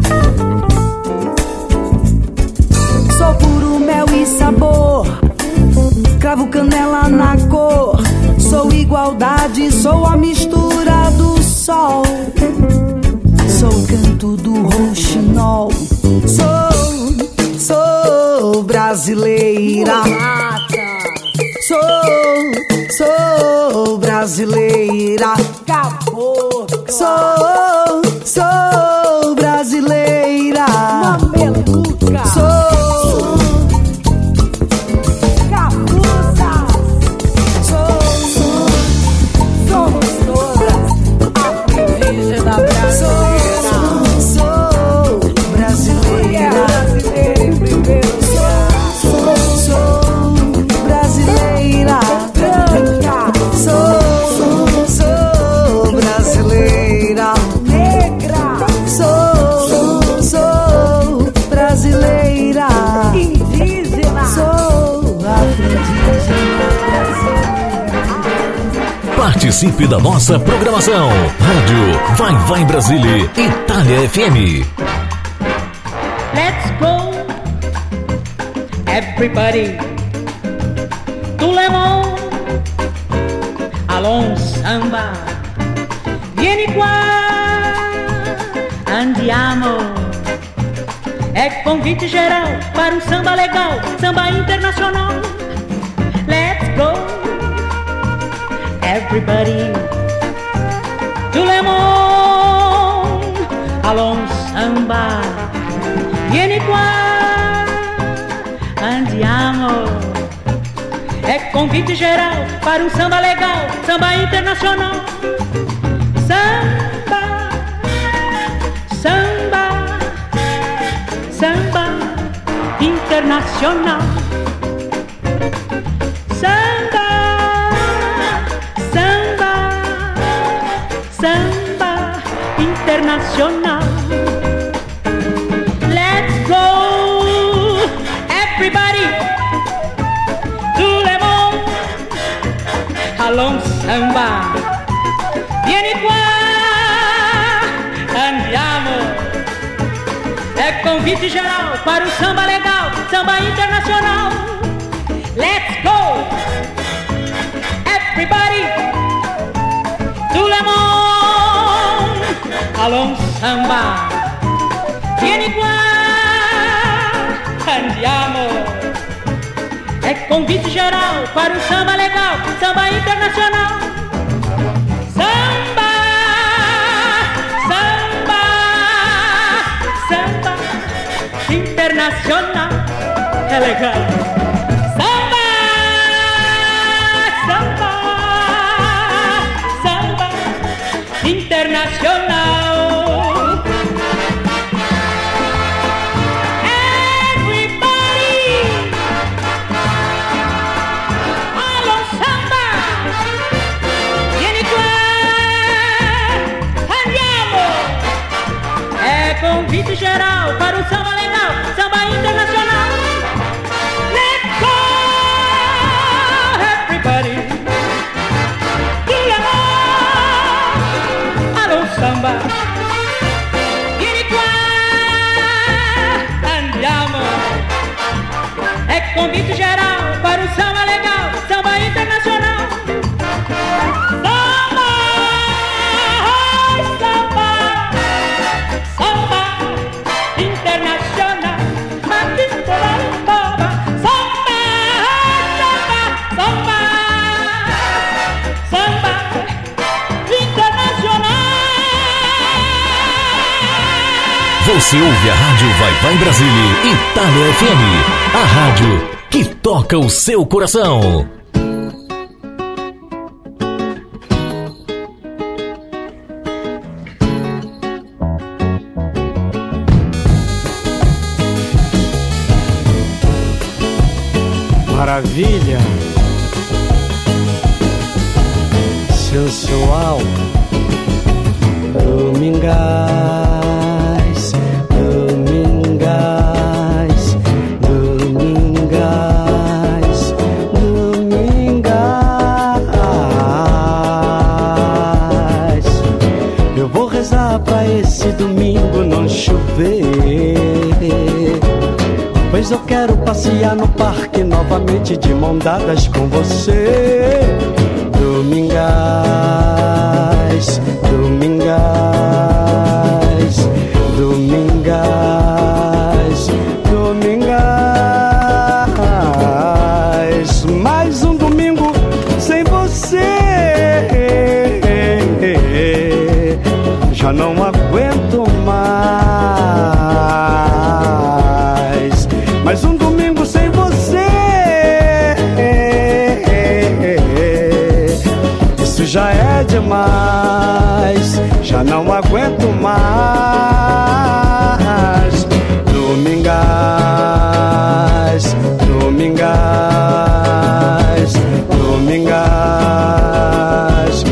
Sou puro mel e sabor. Cravo, canela na cor. Sou igualdade, sou a mistura do sol. Sou o canto do rouxinol. Sou brasileira. Sou brasileira. Sou Participe da nossa programação. Rádio Vai Brasília, Itália FM. Let's go, everybody, to Le Mans, allons samba, vieni qua, andiamo. É convite geral para um samba legal, samba internacional. Let's go, everybody, to Le Mans, allons samba, vieni qua, andiamo. É convite geral para um samba legal, samba internacional. Samba, samba, samba internacional. Samba, samba, samba internacional. Let's go, everybody, to Le Mans, allons samba, vieni qua, andiamo. É convite geral para o samba legal, samba internacional. Let's go, everybody, to Le Mans, allons samba, vieni qua, andiamo. É convite geral para o samba legal, samba internacional. Samba, samba, samba internacional. É legal. Samba, samba, samba internacional. Convite geral para o samba legal, samba internacional. Let's go, everybody, to Le Mans, allons samba, vieni qua, andiamo. É convite geral para o samba legal, samba internacional. Você ouve a Rádio Vai Brasília, Itália FM, a rádio que toca o seu coração. Maravilha, sensual, Domingás, Domingás, Domingás, Domingás. Eu vou rezar pra esse domingo não chover, pois eu quero passear no parque novamente de mão dadas com você. Domingás, Domingás, Domingás, Domingás. Mais um domingo sem você, já não aguento mais. Mais um domingo sem você, isso já é demais, já não aguento mais. Domingás, Domingás, Domingás,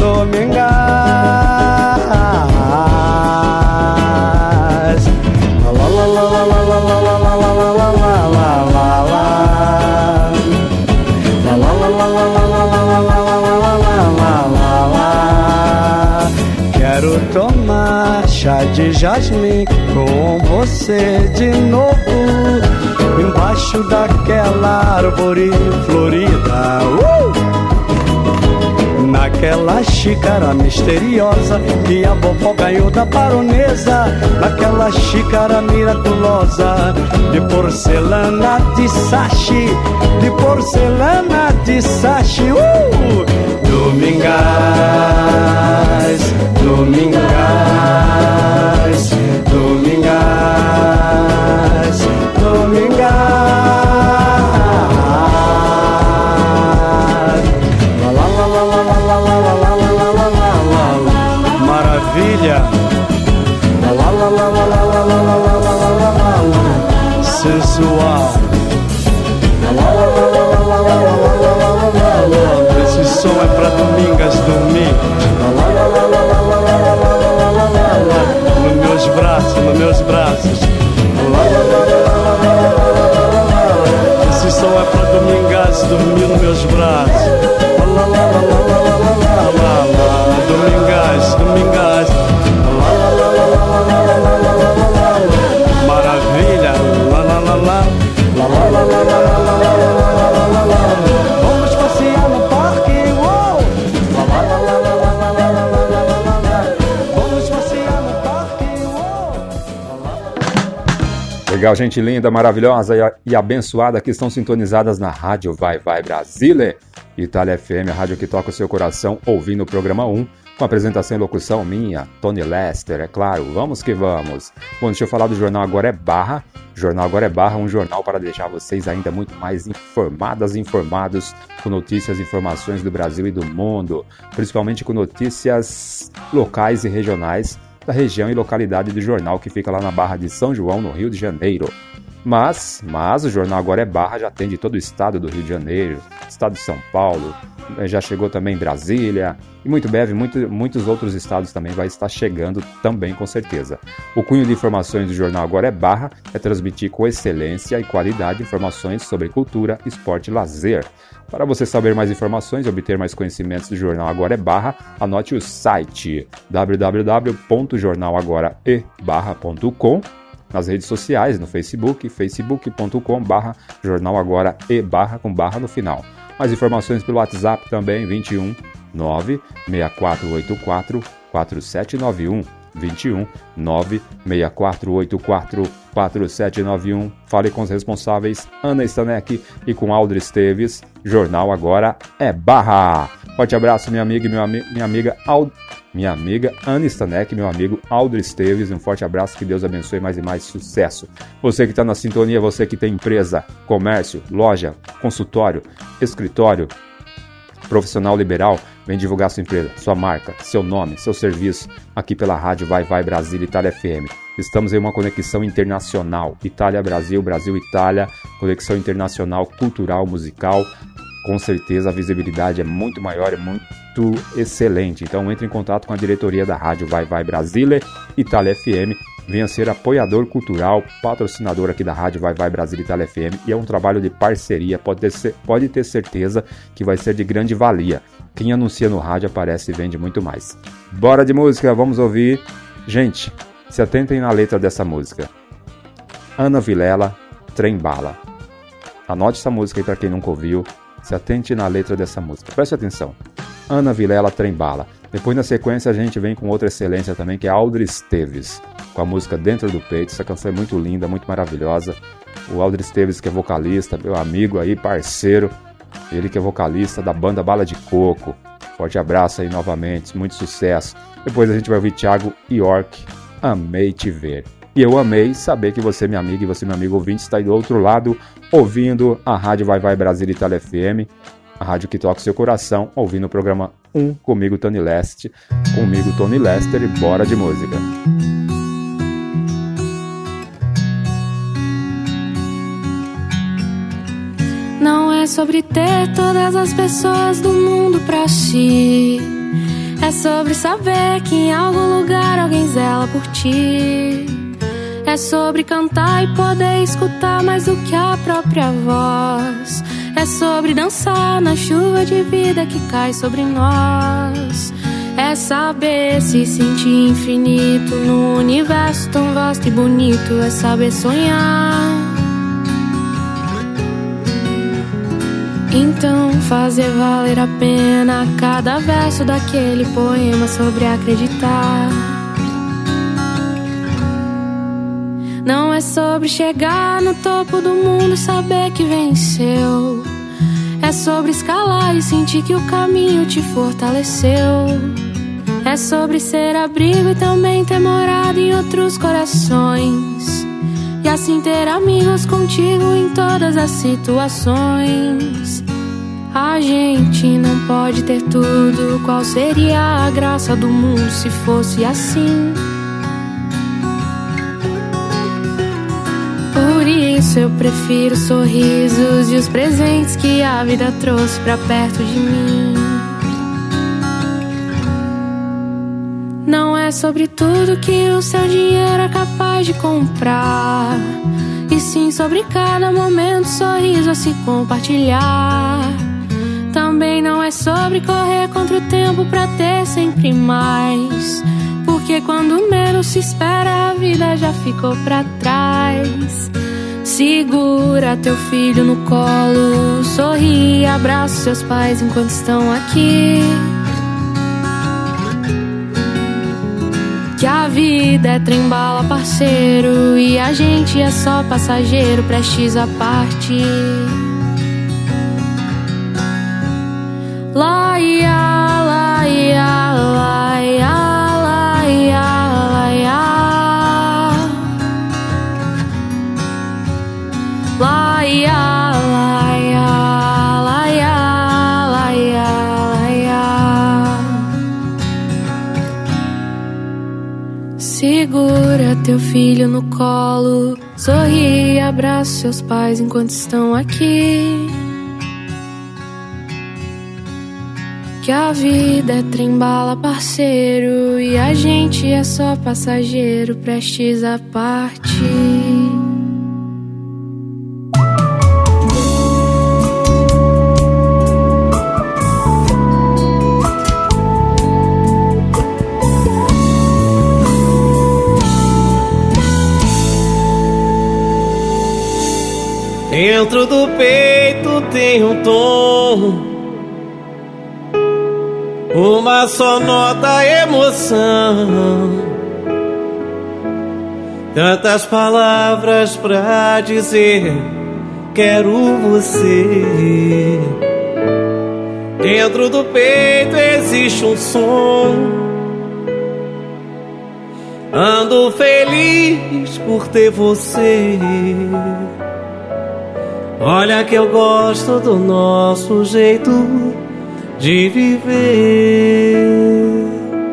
Domingás. La la la la la la la la la la la la la la. La la la la la la la la la la la la la. chá de jasmim com você de novo, embaixo daquela árvore florida. Naquela xícara misteriosa que a vovó ganhou da baronesa, naquela xícara miraculosa de porcelana de sachi, de porcelana de sachi. Domingais, Domingais, Domingais, Domingais. La la la la la la la la la la la la la. Maravilha. La la la la la la la la la la la la. Sensual. La la la la la la la la la la la. Esse som é pra Domingas dormir. La la la la la la la la la la la la. Nos meus braços, nos meus braços. La la la la la la la la la. Esse som é pra Domingas dormir nos meus braços. La la la la la la la la la. Domingás, Domingás. La la la la la la la la la la. Maravilha. La la la la. La la la la la la la la la. Vamos passear no parque. Uou! La la la la la la la la la la. Vamos passear no parque. Uou! Legal, gente linda, maravilhosa e abençoada que estão sintonizadas na Rádio Vai Vai Brasília, Itália FM, a rádio que toca o seu coração, ouvindo o programa 1, com apresentação e locução minha, Tony Lester, é claro, vamos que vamos. Bom, deixa eu falar do Jornal Agora é Barra. Jornal Agora é Barra, um jornal para deixar vocês ainda muito mais informadas e informados com notícias e informações do Brasil e do mundo, principalmente com notícias locais e regionais da região e localidade do jornal que fica lá na Barra de São João, no Rio de Janeiro. Mas o Jornal Agora é Barra já atende todo o estado do Rio de Janeiro, estado de São Paulo, já chegou também em Brasília, e muito breve muitos outros estados também vai estar chegando também, com certeza. O cunho de informações do Jornal Agora é Barra é transmitir com excelência e qualidade informações sobre cultura, esporte e lazer. Para você saber mais informações e obter mais conhecimentos do Jornal Agora é Barra, anote o site www.jornalagoraebarra.com, nas redes sociais, no Facebook, facebook.com/jornalagora e barra com barra no final. Mais informações pelo WhatsApp também, 21 96484 4791, 21 96484 4791. Fale com os responsáveis Ana Stanek e com Aldri Esteves. Jornal Agora é Barra. Forte abraço, minha amiga e minha amiga Ana Stanek, meu amigo Aldri Esteves. Um forte abraço, que Deus abençoe mais e mais sucesso. Você que está na sintonia, você que tem empresa, comércio, loja, consultório, escritório, profissional liberal, vem divulgar sua empresa, sua marca, seu nome, seu serviço, aqui pela rádio Vai Vai Brasília, Itália FM. Estamos em uma conexão internacional, Itália-Brasil, Brasil-Itália, conexão internacional, cultural, musical. Com certeza a visibilidade é muito maior, é muito excelente. Então entre em contato com a diretoria da rádio Vai Vai Brasília, Itália FM. Venha ser apoiador cultural, patrocinador aqui da rádio Vai Vai Brasília, Itália FM. E é um trabalho de parceria, pode ter certeza que vai ser de grande valia. Quem anuncia no rádio aparece e vende muito mais. Bora de música, vamos ouvir. Gente, se atentem na letra dessa música. Ana Vilela, Trem Bala. Anote essa música aí para quem nunca ouviu. Se atente na letra dessa música. Preste atenção. Ana Vilela, Trem Bala. Depois, na sequência, a gente vem com outra excelência também, que é Aldri Esteves, com a música Dentro do Peito. Essa canção é muito linda, muito maravilhosa. O Aldri Esteves, que é vocalista, meu amigo aí, parceiro. Ele que é vocalista da banda Bala de Coco. Forte abraço aí novamente, muito sucesso. Depois a gente vai ouvir Thiago York, Amei Te Ver. E eu amei saber que você, minha amiga, e você, meu amigo ouvinte, está aí do outro lado, ouvindo a rádio Vai Vai Brasília, Itália FM, a rádio que toca o seu coração, ouvindo o programa 1 comigo, Tony Lester, e bora de música. Não é sobre ter todas as pessoas do mundo pra ti, é sobre saber que em algum lugar alguém zela por ti. É sobre cantar e poder escutar mais do que a própria voz. É sobre dançar na chuva de vida que cai sobre nós. É saber se sentir infinito no universo tão vasto e bonito. É saber sonhar. Então fazer valer a pena cada verso daquele poema sobre acreditar. Não é sobre chegar no topo do mundo e saber que venceu. É sobre escalar e sentir que o caminho te fortaleceu. É sobre ser abrigo e também ter morado em outros corações. E assim ter amigos contigo em todas as situações. A gente não pode ter tudo. Qual seria a graça do mundo se fosse assim? Por isso eu prefiro os sorrisos e os presentes que a vida trouxe pra perto de mim. Não é sobre tudo que o seu dinheiro é capaz de comprar, e sim sobre cada momento, sorriso a se compartilhar. Também não é sobre correr contra o tempo pra ter sempre mais, porque quando menos se espera a vida já ficou pra trás. Segura teu filho no colo, sorri e abraça seus pais enquanto estão aqui. Que a vida é trem-bala, parceiro, e a gente é só passageiro, prestes a partir. Laia, laia, laia, laia, laia. Laia, laia, laia, laia, laia. Segura teu filho no colo, sorri e abraça seus pais enquanto estão aqui. Que a vida é trem-bala, parceiro, e a gente é só passageiro, prestes a partir. Dentro do peito tem um tom, uma só nota, emoção. Tantas palavras pra dizer, quero você. Dentro do peito existe um som, ando feliz por ter você. Olha que eu gosto do nosso jeito de viver.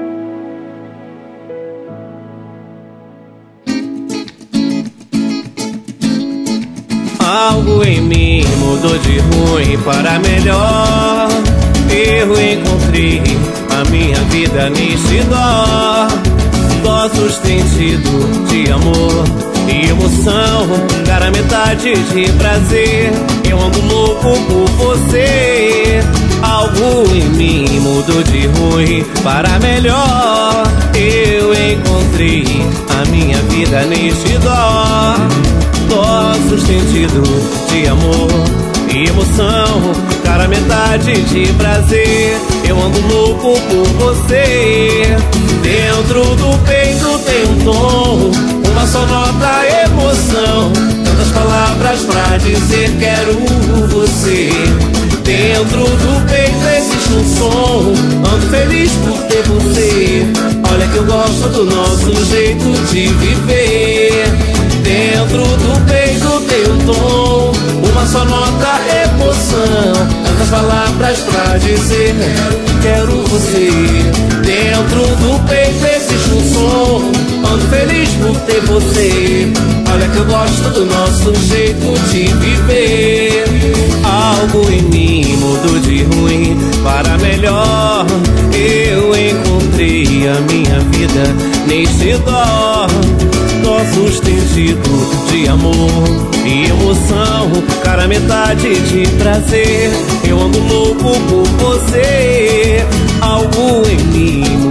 Algo em mim mudou de ruim para melhor. Eu encontrei a minha vida nítida. Nossos sentidos de amor e emoção, cara, metade de prazer. Eu ando louco por você. Algo em mim mudou de ruim para melhor. Eu encontrei a minha vida nítida. Nossos sentidos de amor e emoção, cara, metade de prazer. Eu ando louco por você. Dentro do peito tem um tom, uma só nota, emoção. Tantas palavras pra dizer, quero você. Dentro do peito existe um som, ando feliz por ter você. Olha que eu gosto do nosso jeito de viver. Dentro do peito tem um tom, uma só nota, emoção. Tantas palavras pra dizer, quero você. Dentro do peito existe um som, ando feliz por ter você. Olha que eu gosto do nosso jeito de viver. Algo em mim mudou de ruim para melhor. Eu encontrei a minha vida neste dó. Nossos sentidos de amor e emoção, cara, metade de prazer. Eu ando louco por você. Algo em mim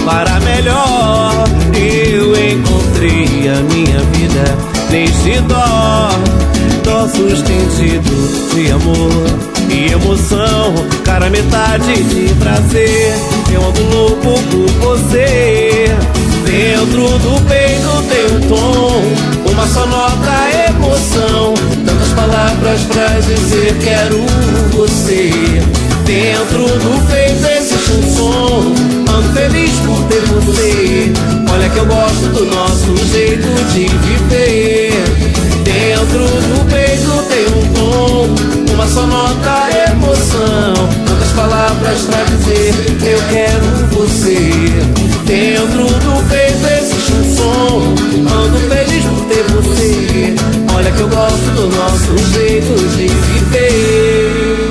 para melhor. Eu encontrei a minha vida neste dó sustentido de amor e emoção, cara, metade de prazer. Eu ando louco por você. Dentro do peito tem um tom, uma só nota, emoção. Tantas palavras pra dizer quero você. Dentro do peito existe um som, ando feliz por ter você. Olha que eu gosto do nosso jeito de viver. Dentro do peito tem um tom, uma só nota, emoção. Tantas palavras pra dizer eu quero você. Dentro do peito existe um som, ando feliz por ter você. Olha que eu gosto do nosso jeito de viver.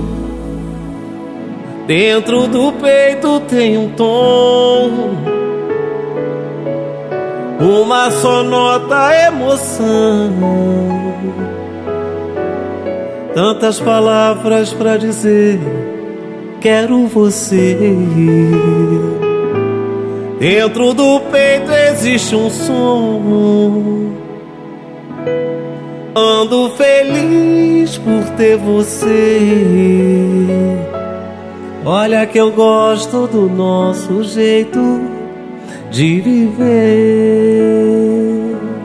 Dentro do peito tem um tom, uma só nota, emoção. Tantas palavras pra dizer quero você. Dentro do peito existe um som, ando feliz por ter você. Olha que eu gosto do nosso jeito de viver.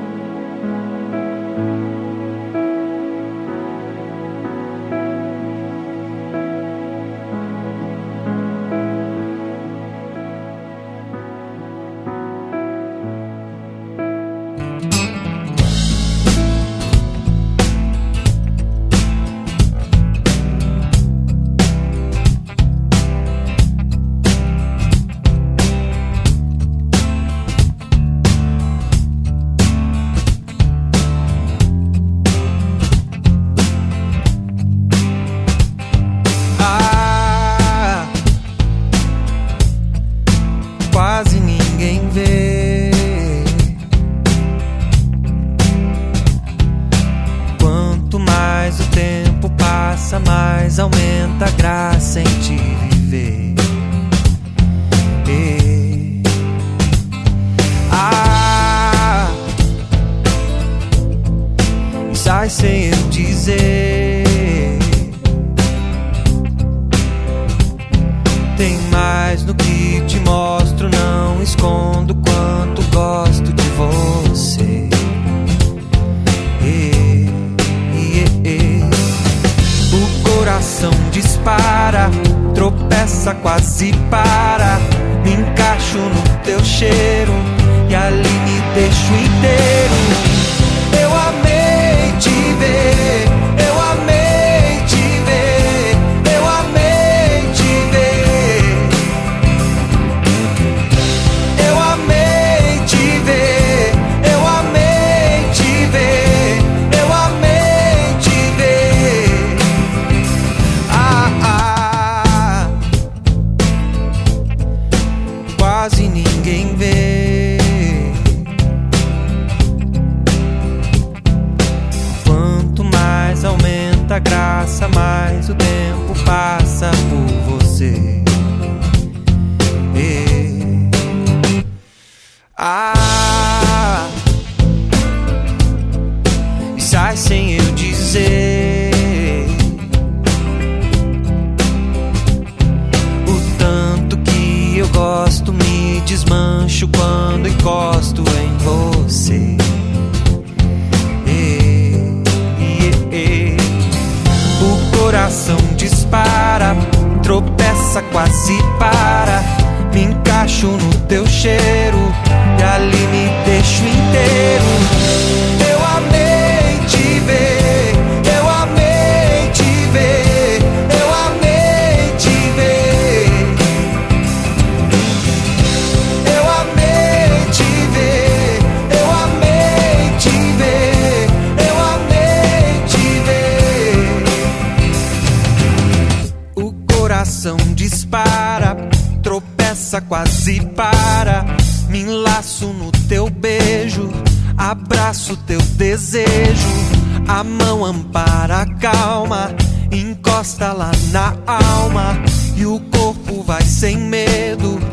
Quase para, me enlaço no teu beijo, abraço teu desejo, a mão ampara a calma, encosta lá na alma e o corpo vai sem medo de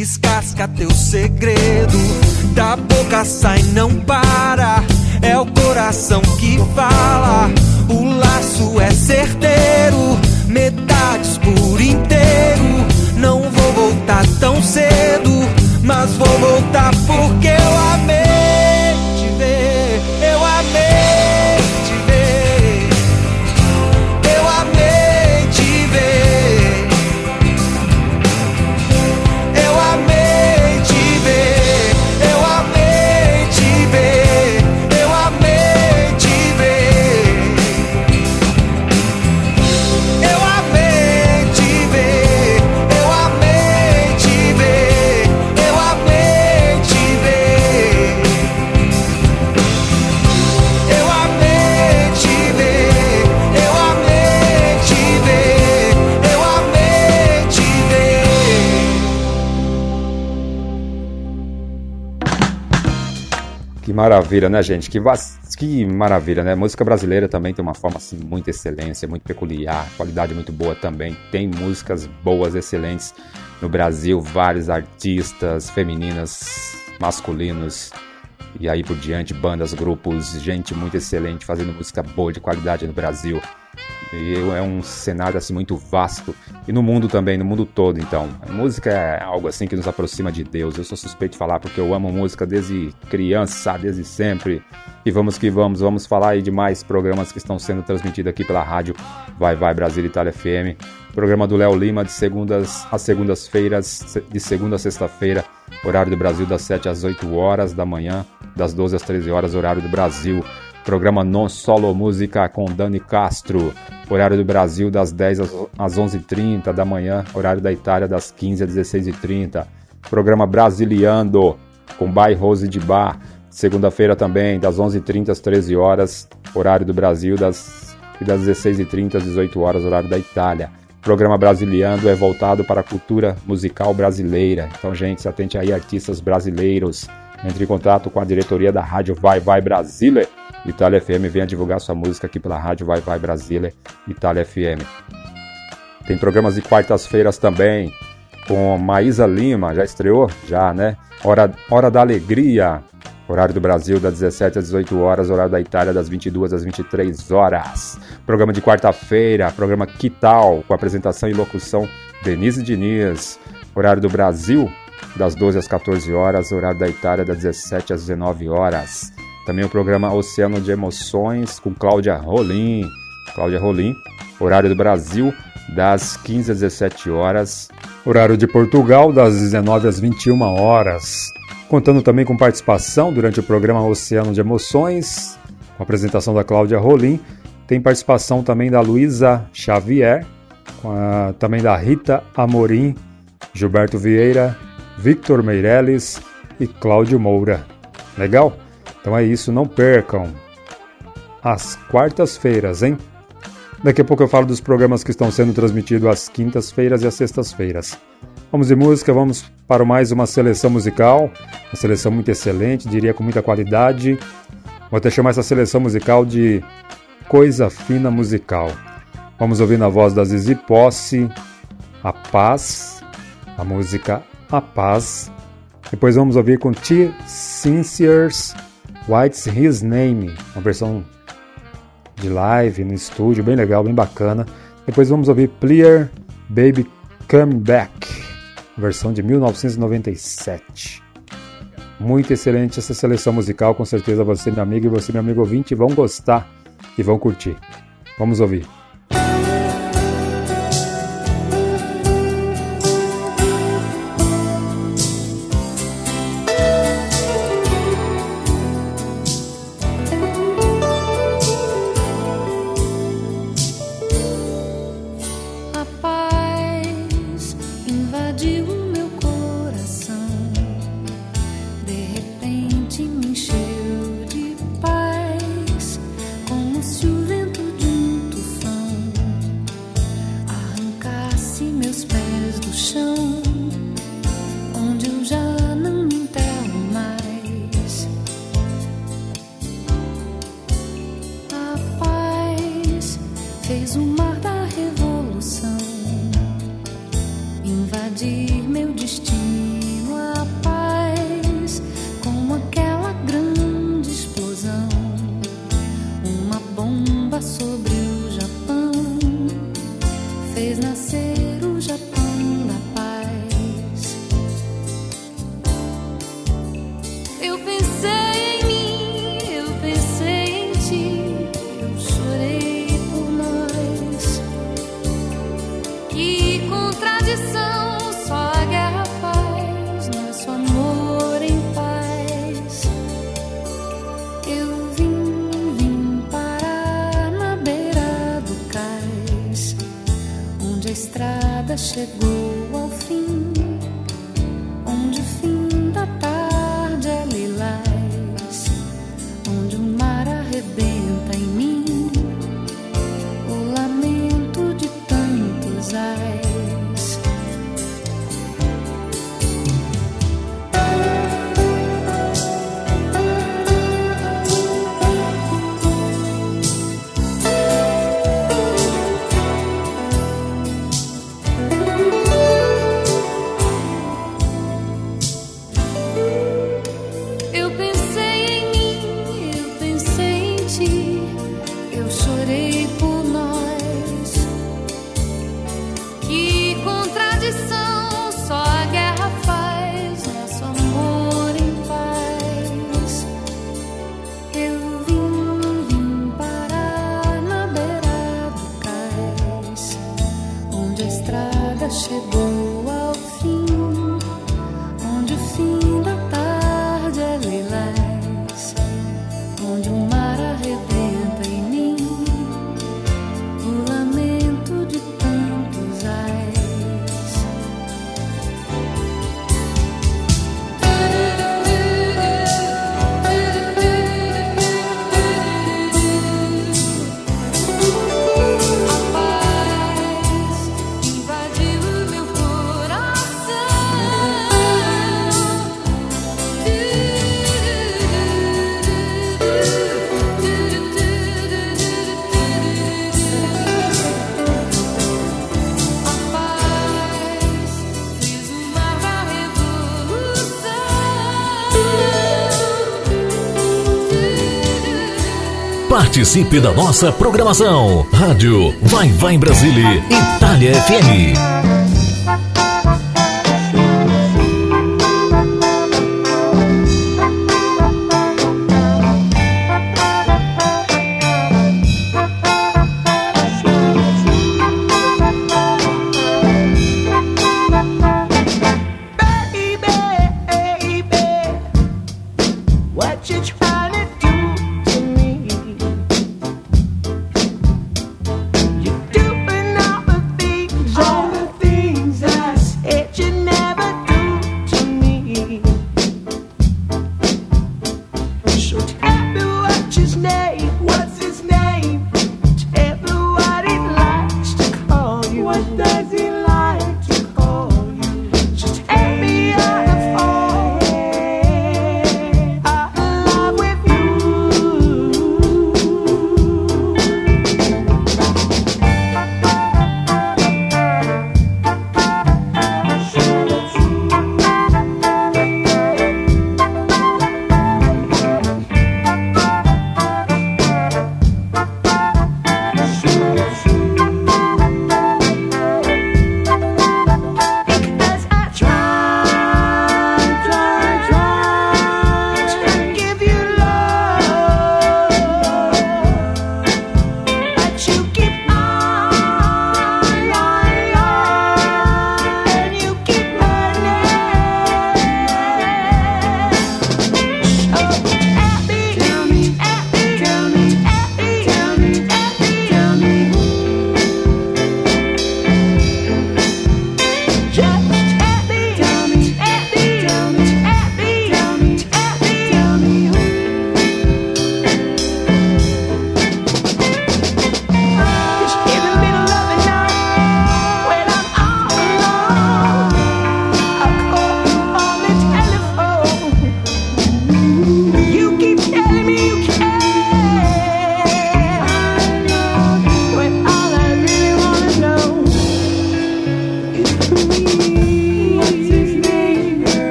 descasca teu segredo. Da boca sai, não para. É o coração que fala. O laço é certeiro, metades por inteiro. Não vou voltar tão cedo, mas vou voltar porque eu amei te ver. Eu amei te ver. Eu amei te ver. Eu amei te ver. Eu amei te ver. Eu amei te ver. Eu amei te ver. Eu amei te ver. Eu amei te ver. Eu amei te ver. Eu amei te ver. Eu amei te ver. Que maravilha, né, gente? Que maravilha, né? Música brasileira também tem uma forma assim, muita excelência, muito peculiar, qualidade muito boa também. Tem músicas boas, excelentes no Brasil, vários artistas femininas, masculinos e aí por diante, bandas, grupos, gente muito excelente fazendo música boa de qualidade no Brasil. E é um cenário assim muito vasto e no mundo também, no mundo todo. Então, a música é algo assim que nos aproxima de Deus. Eu sou suspeito de falar porque eu amo música desde criança, desde sempre. E vamos que vamos falar aí de mais programas que estão sendo transmitidos aqui pela rádio Vai Vai Brasília Itália FM. Programa do Léo Lima de segundas a segundas-feiras, de segunda a sexta-feira, horário do Brasil das 7 às 8 horas da manhã, das 12 às 13 horas, horário do Brasil. Programa Non Solo Música com Dani Castro, horário do Brasil das 10 às 11h30 da manhã, horário da Itália das 15 às 16h30. Programa Brasiliando com Bai Rose de Bar, segunda-feira também, das 11h30 às 13 horas, horário do Brasil, das 16h30 às 18 horas, horário da Itália. Programa Brasiliando é voltado para a cultura musical brasileira. Então, gente, se atente aí, artistas brasileiros. Entre em contato com a diretoria da rádio Vai Vai Brasília Itália FM, venha divulgar sua música aqui pela rádio Vai Vai Brasília Itália FM. Tem programas de quartas-feiras também, com Maísa Lima, já estreou? Já, né? Hora da Alegria, horário do Brasil das 17 às 18 horas, horário da Itália das 22 às 23 horas. Programa de quarta-feira, programa Que Tal, com apresentação e locução Denise Diniz, horário do Brasil das 12 às 14 horas, horário da Itália das 17 às 19 horas. Também o programa Oceano de Emoções com Cláudia Rolim, horário do Brasil das 15 às 17 horas, horário de Portugal das 19 às 21 horas. Contando também com participação durante o programa Oceano de Emoções, com a apresentação da Cláudia Rolim. Tem participação também da Luísa Xavier, também da Rita Amorim, Gilberto Vieira, Victor Meirelles e Cláudio Moura. Legal? Então é isso, não percam. Às quartas-feiras, hein? Daqui a pouco eu falo dos programas que estão sendo transmitidos às quintas-feiras e às sextas-feiras. Vamos de música, vamos para mais uma seleção musical. Uma seleção muito excelente, diria com muita qualidade. Vou até chamar essa seleção musical de Coisa Fina Musical. Vamos ouvir na voz da Zizi Posse, A Paz, a música A Paz. Depois vamos ouvir com T. Sincers, What's His Name, uma versão de live no estúdio, bem legal, bem bacana. Depois vamos ouvir Plear, Baby Come Back, versão de 1997. Muito excelente essa seleção musical, com certeza você, meu amigo, e você, meu amigo ouvinte, vão gostar e vão curtir. Vamos ouvir. Fez o mar da revolução invadir meu destino. estrada chegou ao fim, onde o fim da tarde é lilás, onde o mar arrebenta em mim o lamento de tantos ais. Chegou ao fim, onde o fim da tarde é lilás, onde o mar arrebenta em mim o lamento de tantos ais. Participe da nossa programação. Rádio Vai em Brasília, Itália FM. All the things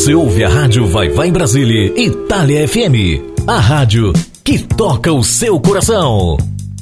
Você ouve a Rádio Vai Vai Brasília, Itália FM. A rádio que toca o seu coração.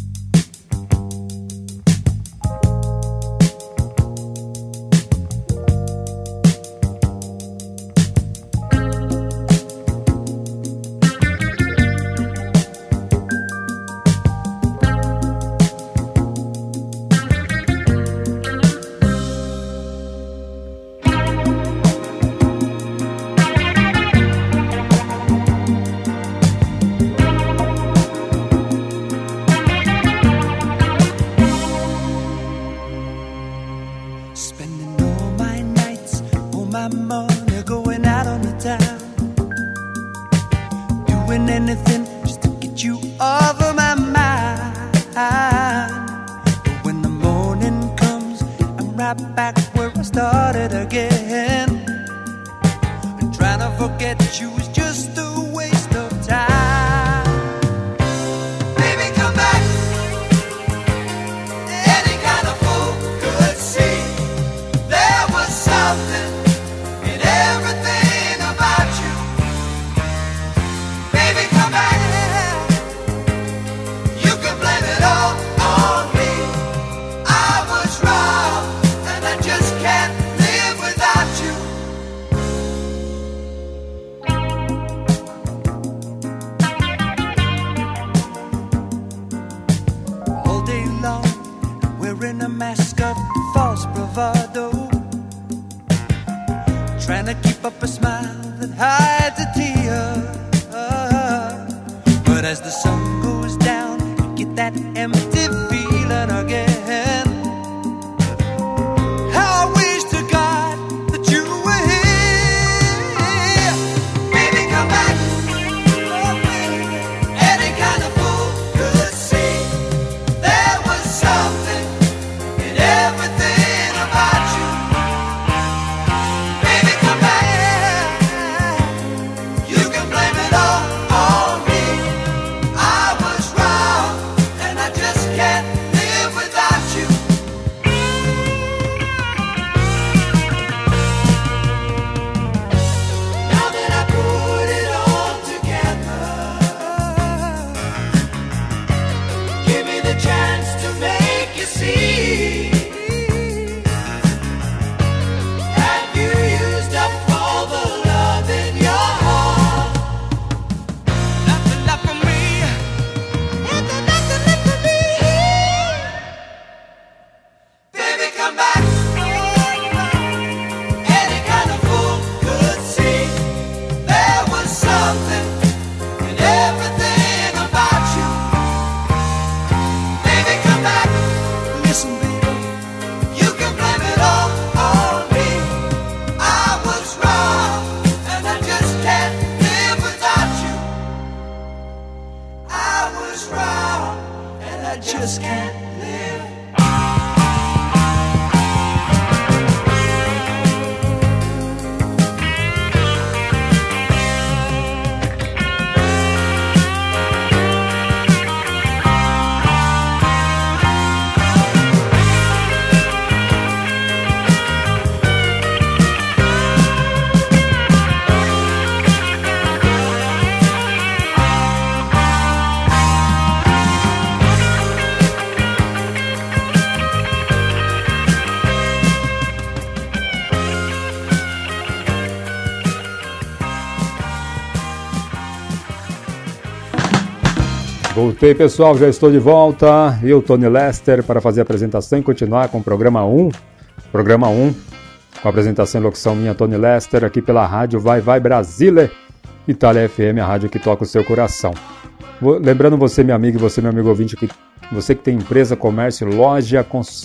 Voltei, pessoal, já estou de volta. Eu, Tony Lester, para fazer a apresentação e continuar com o programa 1. Programa 1, com a apresentação e locução minha, Tony Lester, aqui pela rádio Vai Vai Brasília, Itália FM, a rádio que toca o seu coração. Lembrando você, minha amiga, e você, meu amigo ouvinte, que você que tem empresa, comércio, loja,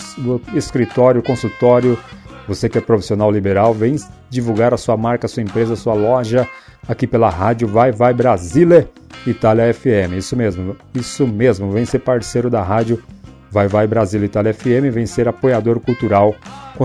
escritório, consultório, você que é profissional liberal, vem divulgar a sua marca, a sua empresa, a sua loja, aqui pela rádio Vai Vai Brasília, Itália FM. Isso mesmo, vem ser parceiro da rádio Vai Vai Brasília, Itália FM, vem ser apoiador cultural,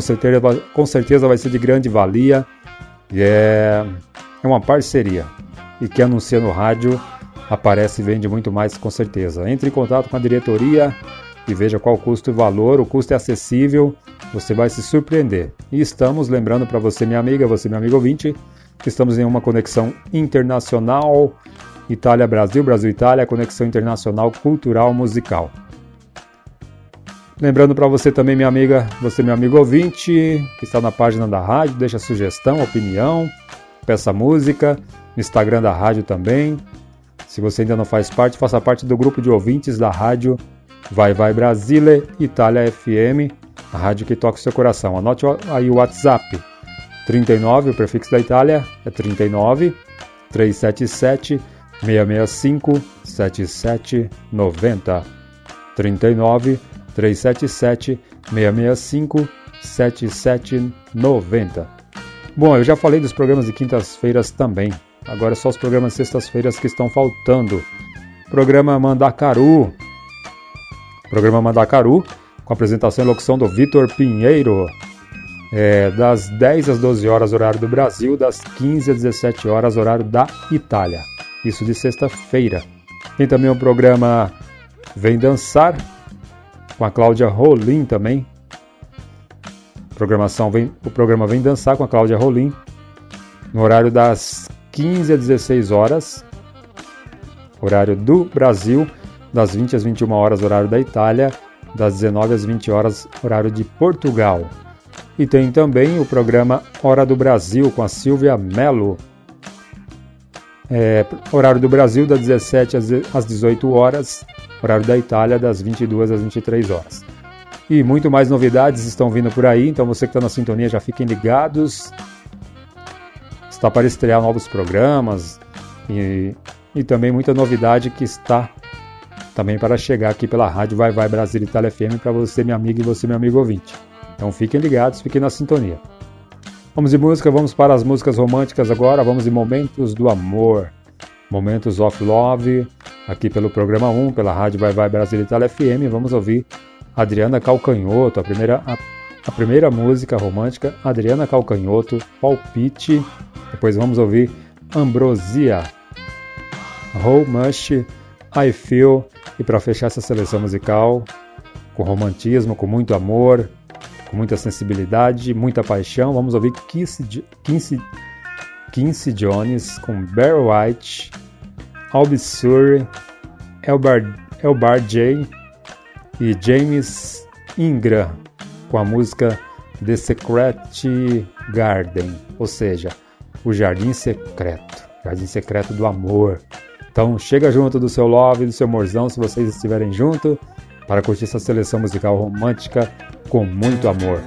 com certeza vai ser de grande valia, e é uma parceria, e que anuncia no rádio, aparece e vende muito mais, com certeza. Entre em contato com a diretoria e veja qual o custo e valor. O custo é acessível, você vai se surpreender. E estamos lembrando para você, minha amiga, você, meu amigo ouvinte, estamos em uma conexão internacional, Itália-Brasil, Brasil-Itália, conexão internacional cultural musical. Lembrando para você também, minha amiga, você meu amigo ouvinte, que está na página da rádio, deixa sugestão, opinião, peça música, no Instagram da rádio também. Se você ainda não faz parte, faça parte do grupo de ouvintes da rádio Vai Vai Brasile, Itália FM, a rádio que toca o seu coração. Anote aí o WhatsApp, 39, o prefixo da Itália é 39 377 665 7790. 39 377 665 7790. Bom, eu já falei dos programas de quintas-feiras também. Agora é só os programas de sextas-feiras que estão faltando. Programa Mandacaru. Programa Mandacaru, com apresentação e locução do Vitor Pinheiro. Das 10 às 12 horas, horário do Brasil, das 15 às 17 horas, horário da Itália. Isso de sexta-feira. Tem também o programa Vem Dançar, com a Cláudia Rolim também. O programa Vem Dançar com a Cláudia Rolim, no horário das 15 às 16 horas, horário do Brasil, das 20 às 21 horas, horário da Itália, das 19 às 20 horas, horário de Portugal. E tem também o programa Hora do Brasil com a Silvia Mello, horário do Brasil, das 17 às 18 horas, horário da Itália, das 22 às 23 horas. E muito mais novidades estão vindo por aí, então você que está na sintonia já fiquem ligados. Está para estrear novos programas e também muita novidade que está também para chegar aqui pela rádio Vai Vai Brasília Itália FM para você, minha amiga, e você, meu amigo ouvinte. Então fiquem ligados, fiquem na sintonia. Vamos de música, vamos para as músicas românticas agora, vamos de Momentos do Amor. Momentos of Love, aqui pelo programa 1, pela rádio Vai Vai Brasília Itália FM. Vamos ouvir Adriana Calcanhoto, a primeira música romântica, Adriana Calcanhoto, Palpite. Depois vamos ouvir Ambrosia, How Much I Feel. E para fechar essa seleção musical, com romantismo, com muito amor, com muita sensibilidade, muita paixão, vamos ouvir Quincy Jones com Barry White, Albi Surrey, Elbar J e James Ingram com a música The Secret Garden, ou seja, o Jardim Secreto do Amor. Então chega junto do seu love, do seu amorzão, se vocês estiverem junto, para curtir essa seleção musical romântica com muito amor.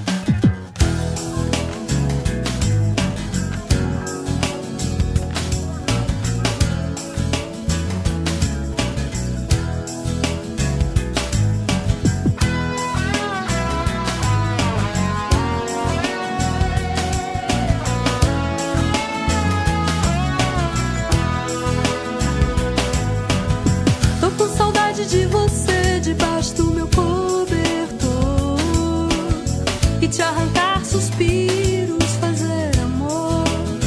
De você debaixo do meu cobertor e te arrancar suspiros, fazer amor.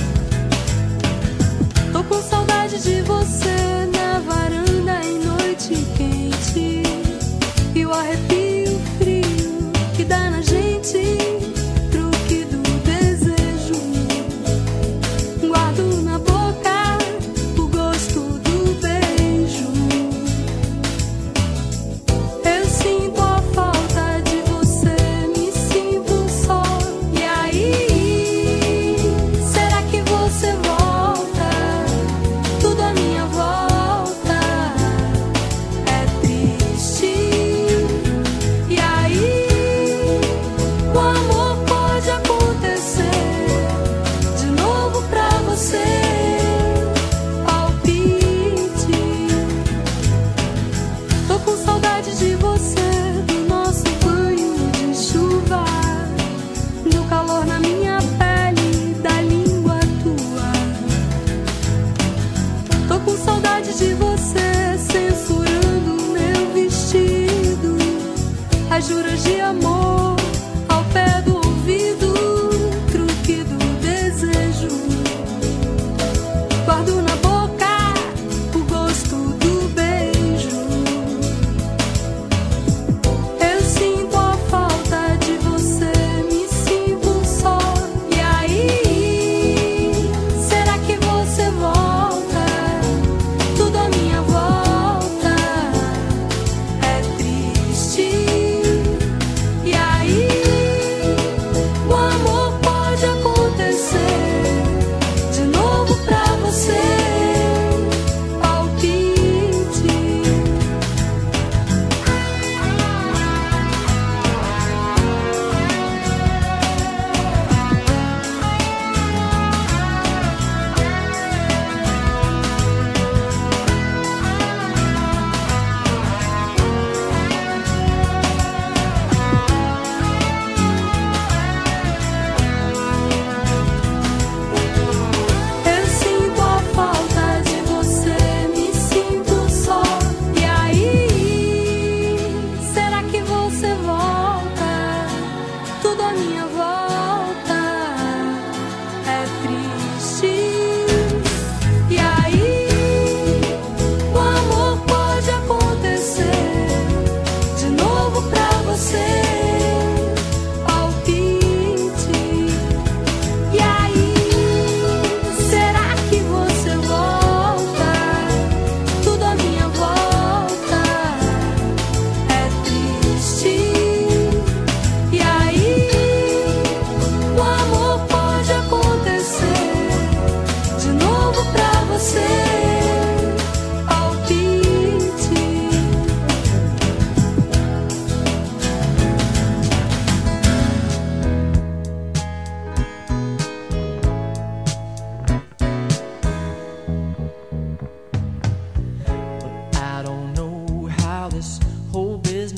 Tô com saudade de você na varanda em noite quente e o arrepio frio que dá na gente, truque do desejo. Guardo na boca o gosto do beijo.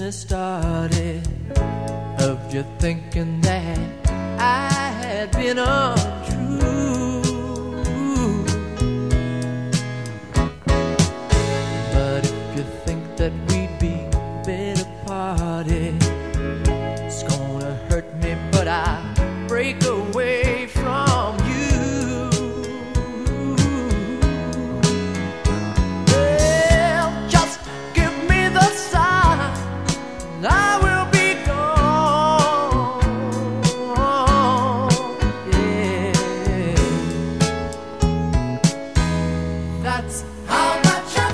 it started, of you thinking that I had been untrue. But if you think that we'd be better parted, it's gonna hurt me, but I break away from you. Well, just give me the sign, I will be gone. Yeah, that's how much I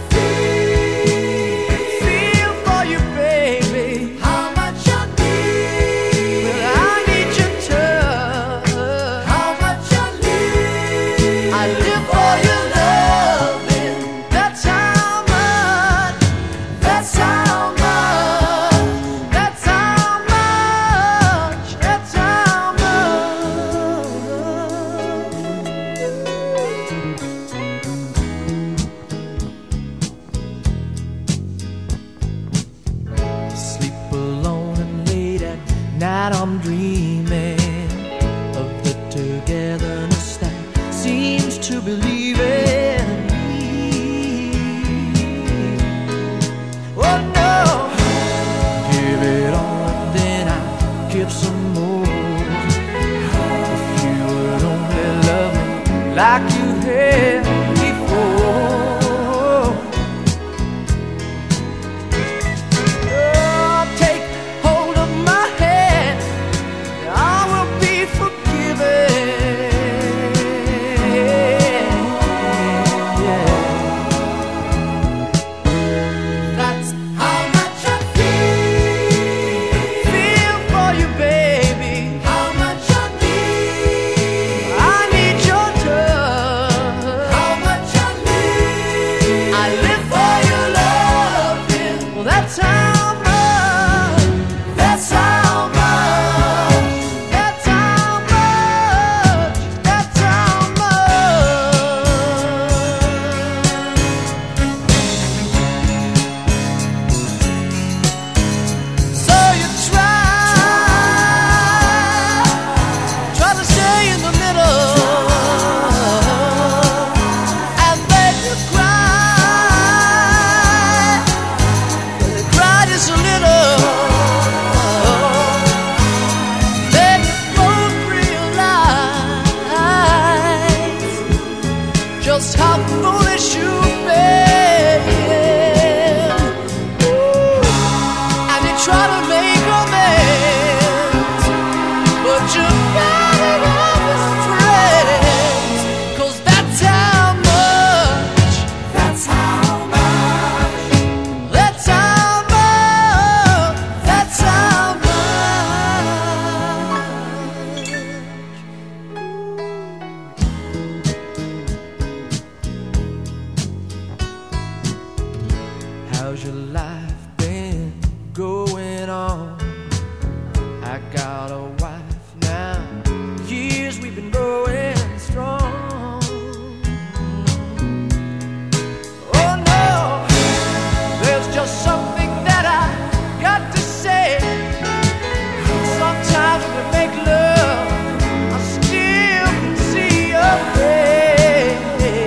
feel for you, baby. How much I need. Well, I need your touch. How much I need. I live for your loving. That's how much. That's how much. That's how much. That's how much. Sleep alone and late at night I'm dreaming of the togetherness that seems to believe in me. Oh no, give it all and then I give some more. If you would only love me like you had before. Oh, take hold of my hand, I will be forgiven. Yeah. That's how much I feel for you, baby. How much I need your touch. How much I need. I live for your loving. Well, that's how much. That's how much. That's how much. That's how much. So you try to stay in the middle, and then you cry. When you cry just a little, then you both realize just how foolish you've been. And you try to make amends, but you gotta have his friends. 'Cause that's how much. That's how much. That's how much. That's how much. How's your life been going on? I got a wife now. Years we've been going strong. Oh no, there's just something that I got to say. Sometimes when we make love, I still can see your face.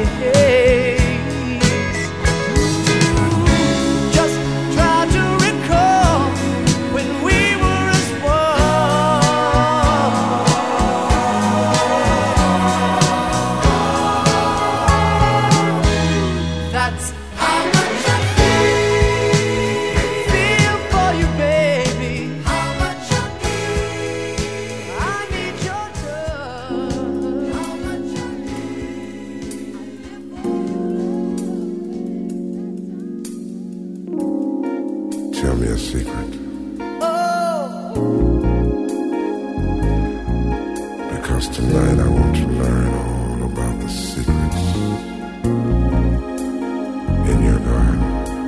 Just try to recall when we were as one. That's how much I feel for you, baby. How much I need your touch. How much I Tell me a secret, because tonight I want to learn all about the secrets in your garden.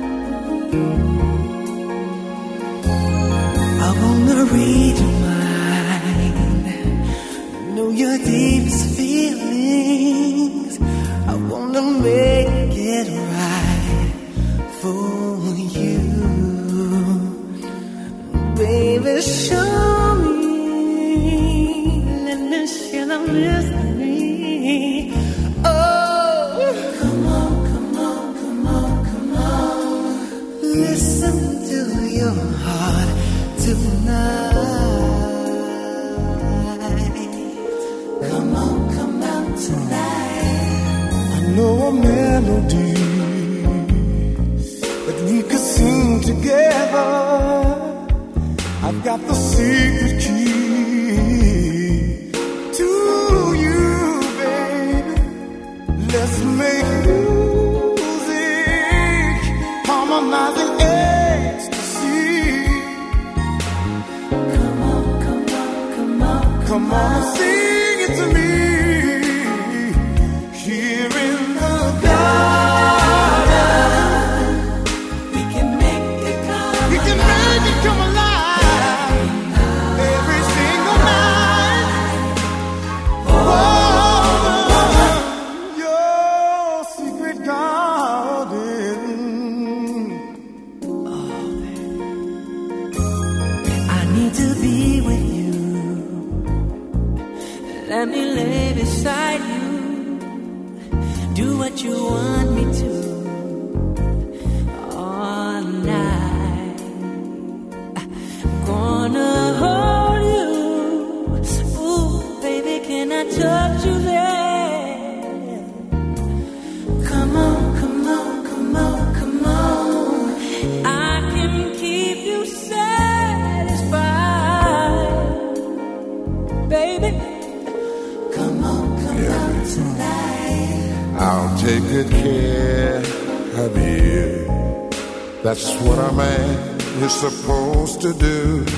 I wanna read your mind, know your deepest feelings. I wanna make it right for you. baby, show me. Let me share the mystery. Oh, come on, come on, come on, come on. Listen to your heart tonight. Come on, come out tonight. I know a melody that we could sing together. I've got the secret key to you, baby. Let's make music, harmonizing ecstasy. Come on, come on, come on, Come on and sing it to me. Here in the garden, we can make it come. we can make it come alive every single night. Oh, your secret garden. I need to be with you. Let me lay beside you. Do what you want me to all night. Gonna hold you. Ooh, baby, can I touch you there? Come on, come on, come on, come on. I can keep you satisfied, baby. Come on, come on tonight. I'll take good care of you. That's what a man is supposed to do.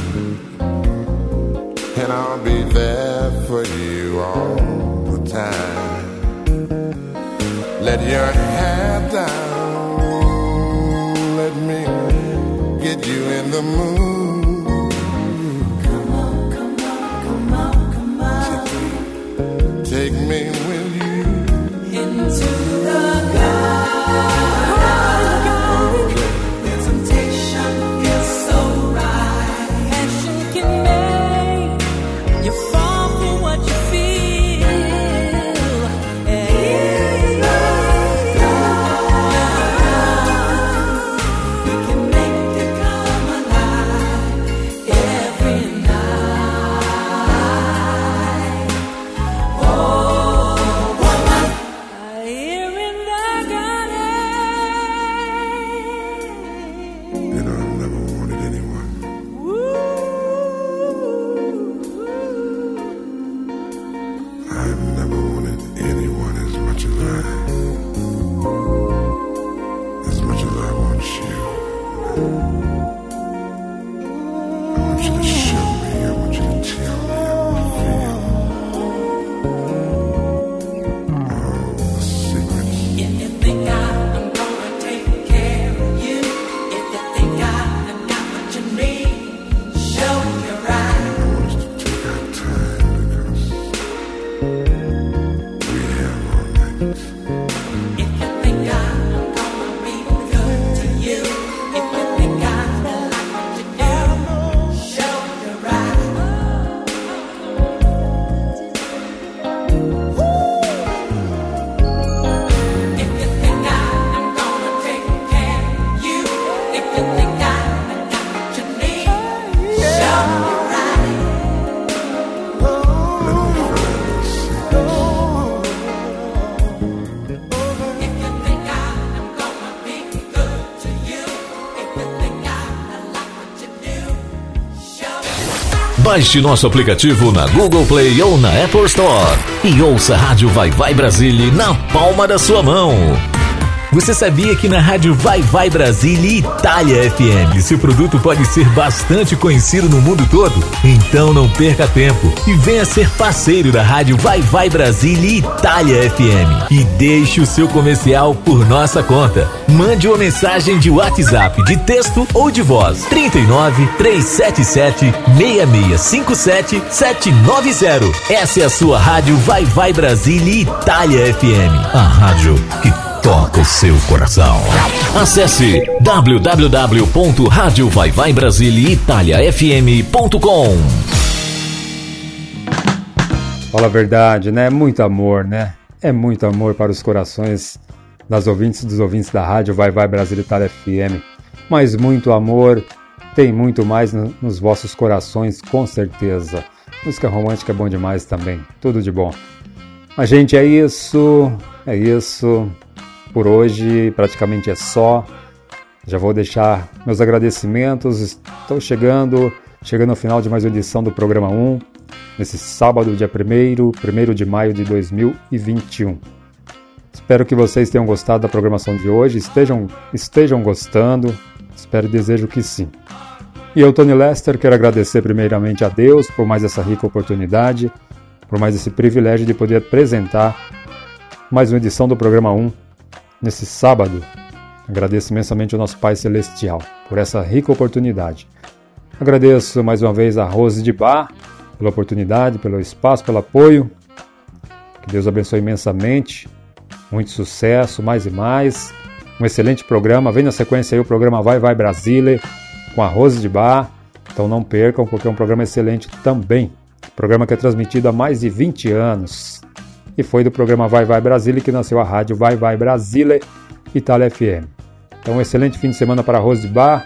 And I'll be there for you all the time. Let your hair down. Let me get you in the mood. Come on, come on, come on, come on. Take me with you. Into the garden. The temptation feels so right. Passion can make you fall for what you feel. In the garden, we can make it come alive every night. Oh, woman. Here in the garden. You know, I've never wanted anyone. I've never wanted anyone as much as I want you. I want you to show me, I want you to tell me how you feel. All the secrets. If you think I'm gonna take care of you, if you think I got what you need, show me right. I want us to take our time because we have all night. If you think I'm gonna be good to you, if you think I like what you do, show me right. If you think I'm gonna take care of you, if you think I got what you need, show me right. Let me find those secrets. If you think I'm gonna be good to you, if you think I like what you do, show me. Baixe nosso aplicativo na Google Play ou na Apple Store e ouça a Rádio Vai Vai Brasília na palma da sua mão. Você sabia que na Rádio Vai Vai Brasília e Itália FM seu produto pode ser bastante conhecido no mundo todo? Então não perca tempo e venha ser parceiro da Rádio Vai Vai Brasília e Itália FM e deixe o seu comercial por nossa conta. Mande uma mensagem de WhatsApp de texto ou de voz 39 377 6657 790. Essa é a sua Rádio Vai Vai Brasília e Itália FM, a rádio que toca o seu coração. Acesse www.radiovaivaibrasiliaitaliafm.com. Fala a verdade, né? Muito amor, né? É muito amor para os corações das ouvintes e dos ouvintes da rádio Vai Vai Brasília Itália FM. Mas muito amor, tem muito mais nos vossos corações, com certeza. Música romântica é bom demais também, tudo de bom. A gente é isso. Por hoje praticamente é só. Já vou deixar meus agradecimentos. Estou chegando ao final de mais uma edição do Programa 1, nesse sábado, dia 1º de maio de 2021. Espero que vocês tenham gostado da programação de hoje, estejam gostando, espero e desejo que sim. E eu, Tony Lester, quero agradecer primeiramente a Deus por mais essa rica oportunidade, por mais esse privilégio de poder apresentar mais uma edição do Programa 1 nesse sábado. Agradeço imensamente ao nosso Pai Celestial por essa rica oportunidade. Agradeço mais uma vez a Rose de Bar pela oportunidade, pelo espaço, pelo apoio. Que Deus abençoe imensamente. Muito sucesso, mais e mais. Um excelente programa. Vem na sequência aí o programa Vai Vai Brasília com a Rose de Bar. Então não percam, porque é um programa excelente também. Programa que é transmitido há mais de 20 anos. E foi do programa Vai Vai Brasília que nasceu a rádio Vai Vai Brasília Itália FM. Então um excelente fim de semana para a Rose de Bar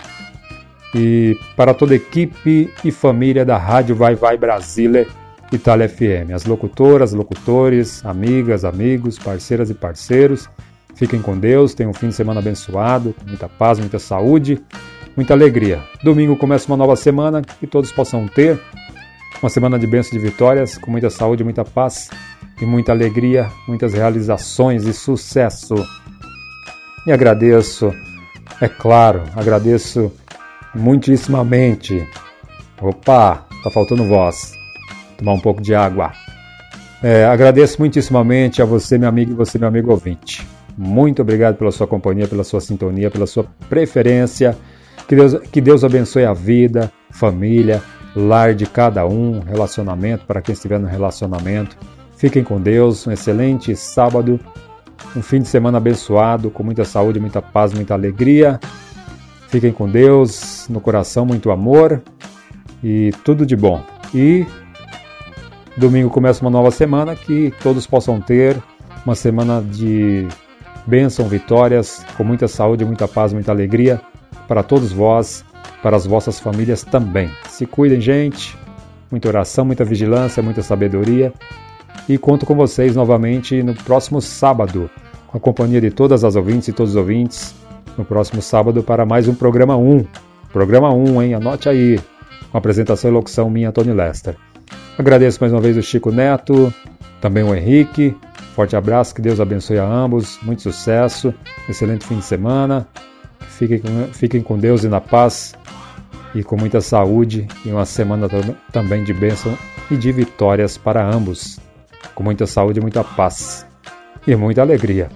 e para toda a equipe e família da rádio Vai Vai Brasília Itália FM. As locutoras, locutores, amigas, amigos, parceiras e parceiros. Fiquem com Deus, tenham um fim de semana abençoado, com muita paz, muita saúde, muita alegria. Domingo começa uma nova semana, que todos possam ter uma semana de bênçãos e de vitórias, com muita saúde, muita paz e muita alegria, muitas realizações e sucesso. E agradeço, é claro, agradeço muitíssimamente. Opa, tá faltando voz. Tomar um pouco de água. Agradeço muitíssimamente a você, meu amigo, e você, meu amigo ouvinte. Muito obrigado pela sua companhia, pela sua sintonia, pela sua preferência. Que Deus abençoe a vida, família, lar de cada um, relacionamento, para quem estiver no relacionamento. Fiquem com Deus, um excelente sábado, um fim de semana abençoado, com muita saúde, muita paz, muita alegria. Fiquem com Deus, no coração, muito amor e tudo de bom. E domingo começa uma nova semana, que todos possam ter uma semana de bênção, vitórias, com muita saúde, muita paz, muita alegria para todos vós, para as vossas famílias também. Se cuidem, gente. Muita oração, muita vigilância, muita sabedoria. E conto com vocês novamente no próximo sábado, com a companhia de todas as ouvintes e todos os ouvintes, no próximo sábado para mais um Programa 1. Programa 1, hein? Anote aí. Com apresentação e locução minha, Tony Lester. Agradeço mais uma vez o Chico Neto, também o Henrique. Forte abraço, que Deus abençoe a ambos. Muito sucesso, excelente fim de semana. Fiquem com Deus e na paz e com muita saúde e uma semana também de bênção e de vitórias para ambos. Com muita saúde, muita paz e muita alegria.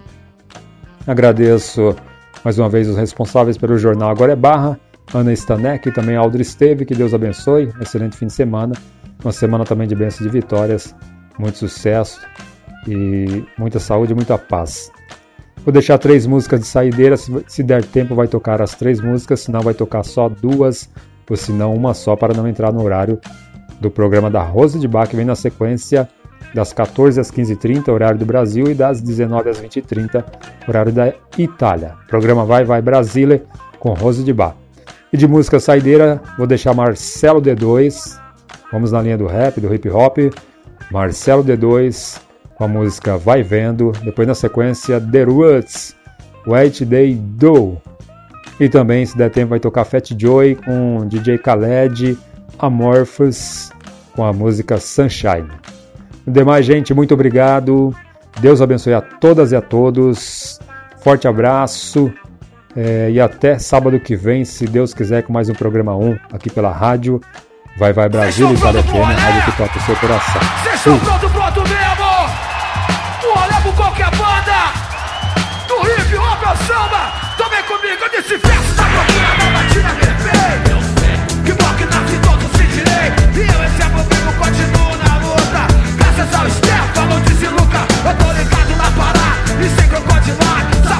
Agradeço mais uma vez os responsáveis pelo jornal Agora é Barra, Ana Stanek e também Aldri Esteve. Que Deus abençoe, um excelente fim de semana, uma semana também de bênção e de vitórias, muito sucesso e muita saúde e muita paz. Vou deixar 3 músicas de saideira, se der tempo vai tocar as 3 músicas, senão vai tocar só 2, ou se não uma só, para não entrar no horário do programa da Rose de Bar, que vem na sequência das 14 às 15h30, horário do Brasil, e das 19 às 20h30, horário da Itália. Programa Vai Vai Brasília com Rose de Bar. E de música saideira, vou deixar Marcelo D2, vamos na linha do rap, do hip hop, Marcelo D2, com a música Vai Vendo, depois na sequência The Roots, What They Do. E também, se der tempo, vai tocar Fat Joy com DJ Khaled, Amorphous, com a música Sunshine. Demais, gente, muito obrigado. Deus abençoe a todas e a todos. Forte abraço e até sábado que vem, se Deus quiser, com mais um Programa 1 aqui pela rádio Vai Vai Brasília Itália FM, a rádio que toca o seu coração. Pronto mesmo! Olha por qualquer banda! Do hip hop ao samba! Também comigo nesse verso da procura da batida perfeita! Que bom que nasce todo se direito! E eu, esse amor vivo, continuo na luta! Graças ao Stefano, disse Luca, eu tô ligado na parada e sem crocodilar!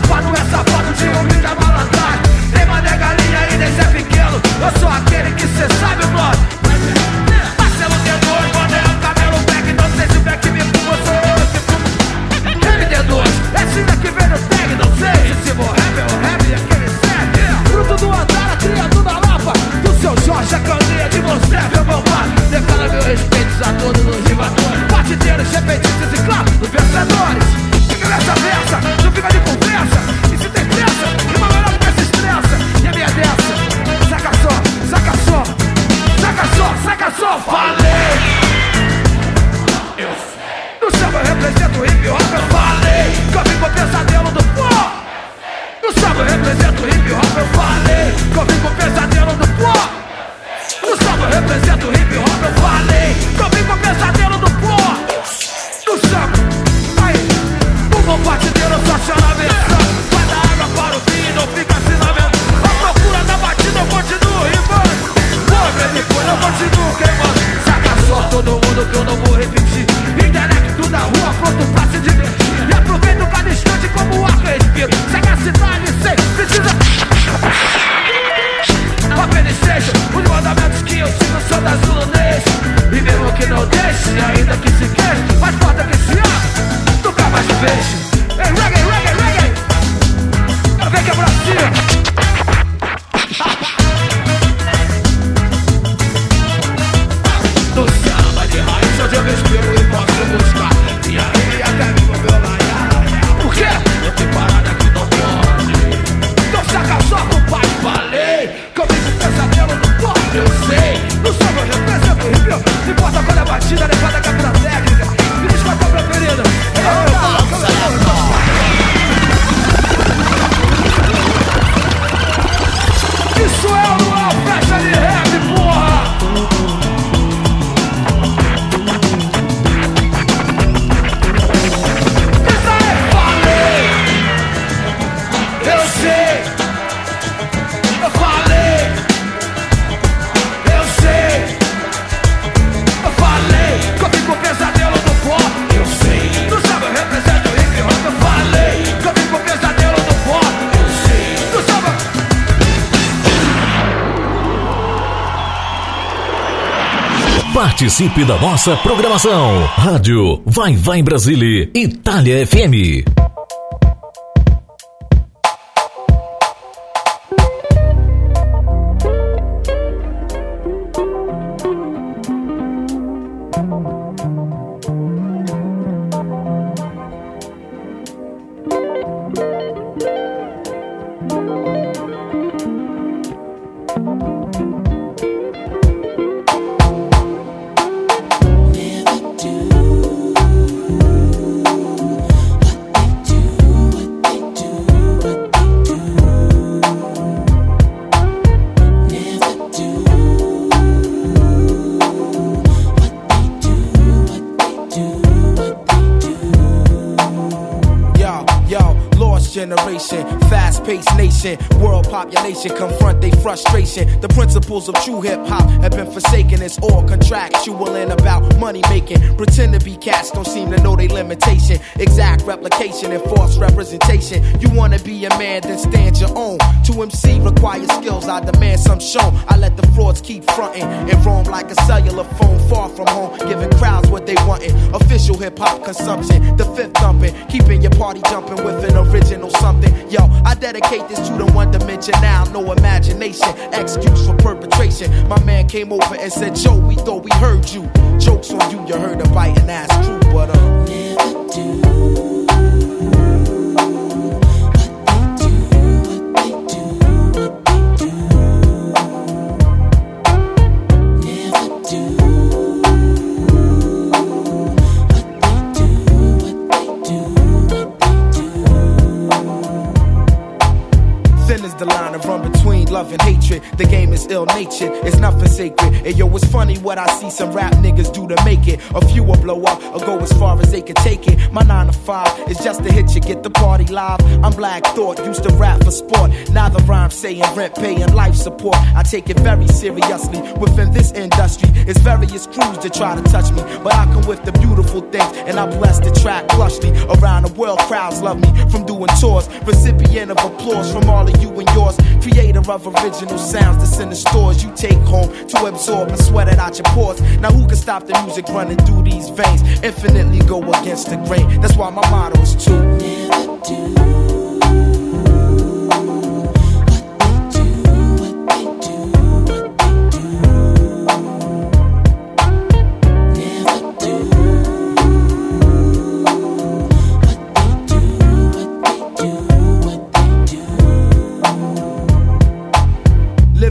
Puxa a candeia de você, meu malvado. Declara meu respeito a todos os rimadores, batideiros, repentistas e claro, os vencedores. Fica nessa versa, não fica de conversa. E se tem pressa, rima melhor que se estressa. E a minha é dessa, saca só, saca só, saca só, saca só. Falei, eu sei. No samba eu represento o hip hop, eu falei. Que eu vim com o pesadelo do pó. No samba eu represento o hip hop, eu falei. Que eu vim com o pesadelo do pó. No samba eu represento o hip hop, eu falei. Que eu vim com o pesadelo do pó. No samba, aí, o bom batideiro só chora a versão. Vai dar água para o fim e não fica assim na mesa. A procura da batida eu continuo rimando. Pô, depois eu continuo queimando. Saca só todo mundo que eu não vou repetir. Intelecto da rua pronto pra se divertir. E aproveito cada instante como o ar que eu respiro. Segue a cidade sem precisa. Apenas seja os mandamentos que eu sigo são das zulunês. E mesmo que não deixe, ainda que se queixe, mas porta que se abre, nunca mais feche. Ei, reggae, reggae, reggae. Eu venho que é Brasil. No samba de raiz onde eu me inspiro e posso buscar. E aí até mesmo meu laiá. Por quê? Eu tenho parada que não pode. Então saca só com o pai, falei. Que eu vim com pesadelo no corpo, eu sei. No samba eu represento o hip hop. Não importa qual é a batida, levada a captura técnica. Me diz qual é a tua preferida. Isso é o Luau, festa de rap, porra. Eu sei, eu falei, eu sei, eu falei, que eu fico pesadelo do pó, eu sei, no samba eu represento o hip hop, eu falei, que eu fico pesadelo do pó, eu sei, no samba. Participe da nossa programação. Rádio Vai Vai Brasília, Itália FM. Generation, fast-paced nation, world population confront their frustration. The principles of true hip-hop have been forsaken. It's all contractual and about money making. Pretend to be cats, don't seem to know their limitation. Exact replication and false representation. You wanna be a man, then stand your own. To MC requires skills, I demand some shown. I let the frauds keep fronting and roam like a cellular phone far from home, giving crowds what they wantin'. Official hip-hop consumption, the fifth thumping, keeping your party jumping with an original something. Yo, I dedicate this to the one dimension now, no imagination, excuse for perpetration. My man came over and said, Joe, we thought we heard you. Jokes on you, you heard a biting ass true, but never do. The line of run between love and hatred. The game is ill-natured, it's nothing sacred. And yo, it's funny what I see some rap niggas do to make it. A few will blow up or go as far as they can take it. My 9 to 5 is just to hit you, get the party live. I'm Black Thought, used to rap for sport. Now the rhyme saying rent, paying life support. I take it very seriously. Within this industry, it's various crews that try to touch me, but I come with the beautiful things, and I bless the track plushly. Around the world, crowds love me from doing tours. Recipient of applause from all of you and yours. Creator of original sounds that's in the stores you take home to absorb and sweat it out your pores. Now who can stop the music running through these veins? Infinitely go against the grain. That's why my motto is to never do. What they do, what they do, what they do.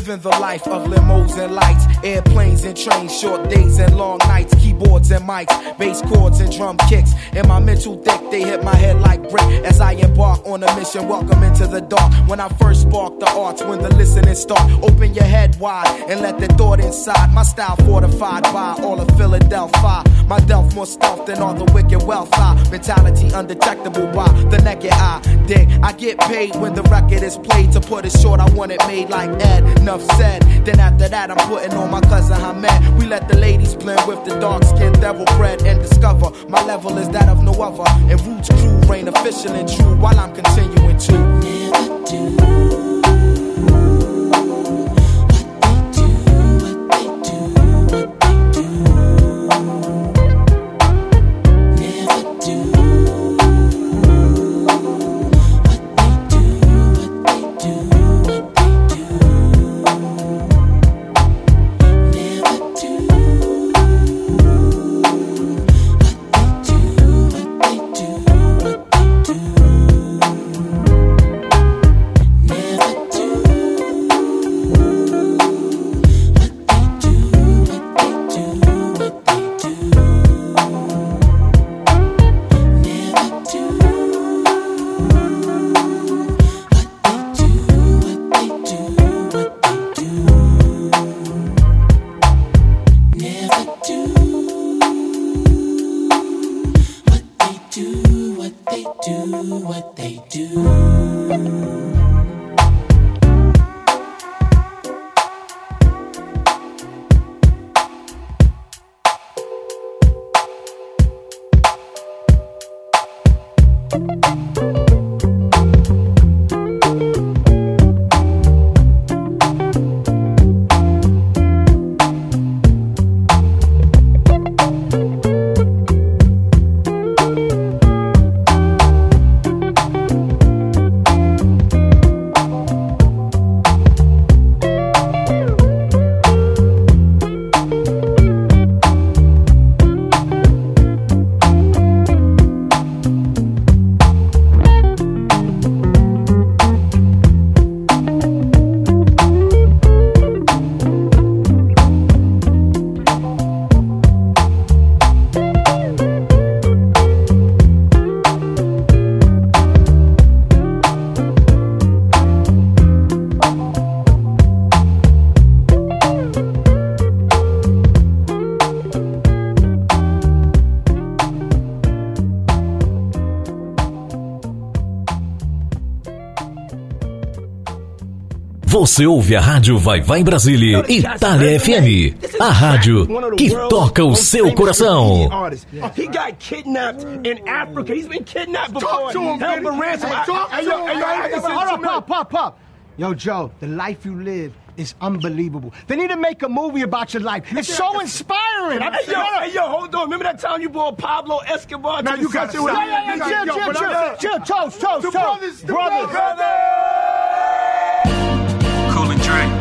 Living the life of limos and lights, airplanes and trains, short days and long nights, keyboards and mics, bass chords and drum kicks. In my mental thick, they hit my head like brick as I embark on a mission. Welcome into the dark. When I first spark the arts, when the listening start, open your head wide and let the thought inside. My style fortified by all of Philadelphia. My delf more stealth than all the wicked wealth. Mentality undetectable by the naked eye. Dig, I get paid when the record is played. To put it short, I want it made like Ed. Enough said. Then after that, I'm putting on my cousin Hamed. We let the ladies blend with the dark skin devil bread and discover my level is that of no other. And Roots crew reign official and true while I'm continuing to never do. Você ouve a Rádio Vai Vai Brasília, Itália FM, a rádio que toca o seu coração. He got kidnapped in Africa. He's been kidnapped before. Held for ransom. Hold on, pop. Yo, Joe, the life you live is unbelievable. They need to make a movie about your life. It's so inspiring. Hey, yo, hold on. Remember that time you brought Pablo Escobar? Now you got Chill. Toast. Brothers. Cool and Dre.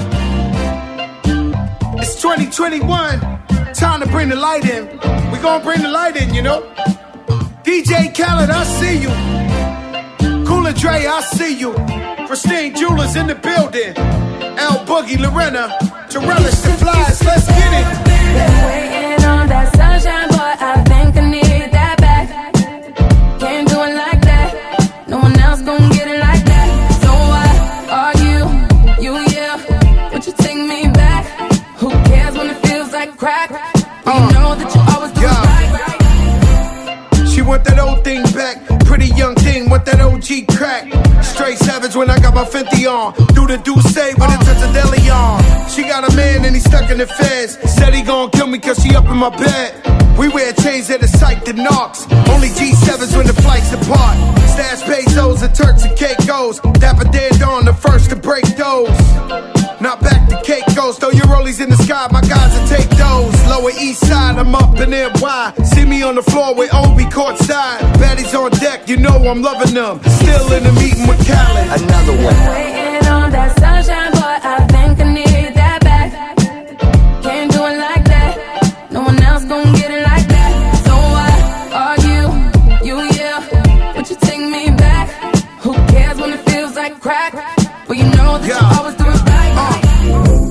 It's 2021. Time to bring the light in. We gonna bring the light in, you know. DJ Khaled, I see you. Cool and Dre, I see you. Christine Jewelers in the building. L Boogie, Lorena, to relish the flies. Let's get it. Been waiting on that sunshine, but I think I need that back. Can't do it like that. No one else gon' get it like that. So why are you, yeah? Would you take me back? Who cares when it feels like crack? You know that you always do right. She want that old thing back. Pretty young thing, want that OG crack. Straight savage when I got my 50 on. Do the say when it touch a deli on. She got a man and he stuck in the feds. Said he gon' kill me cause she up in my bed. We wear chains that are psyched to knocks. Only G7s when the flights depart. Stash pesos and Turks and Caicos. Dapper dead on the first to break those. Not back to Caicos. Throw your rollies in the sky, my guys will take those. Lower east side, I'm up in NY. See me on the floor with Obi courtside. Baddies on deck, you know I'm loving them. Still in the meeting with Khaled. Another one. Waiting on that sunshine, but I think I need that back. Can't do it like that. No one else gon' get it like that. So why are you, yeah? Would you take me back? Who cares when it feels like crack? Well, you know that you always do it right.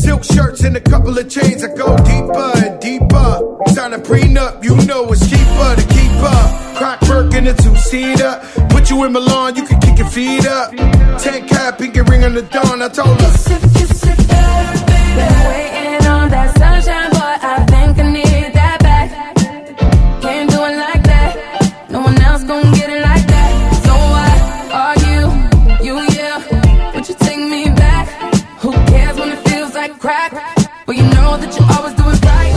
Silk shirts and a couple of chains. I go deeper and deeper. Sign a prenup, you know it's cheaper to keep up. Crack work in a two-seater. Put you in Milan, you can kick your feet up. 10 cap, pinky ring on the dawn. I told her. Been waiting on that sunshine, but I think I need that back. Can't do it like that. No one else gon' get it like that. So why are you, yeah? Would you take me back? Who cares when it feels like crack? But you know that you always do it right.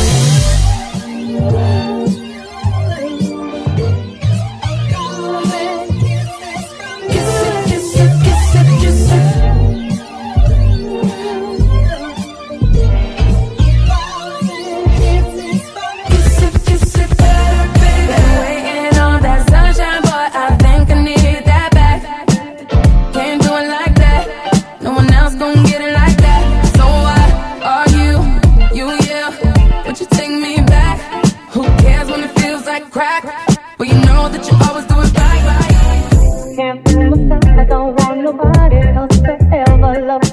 Crack, but you know that you always do it right. Can't fool myself, I don't want nobody else to ever love.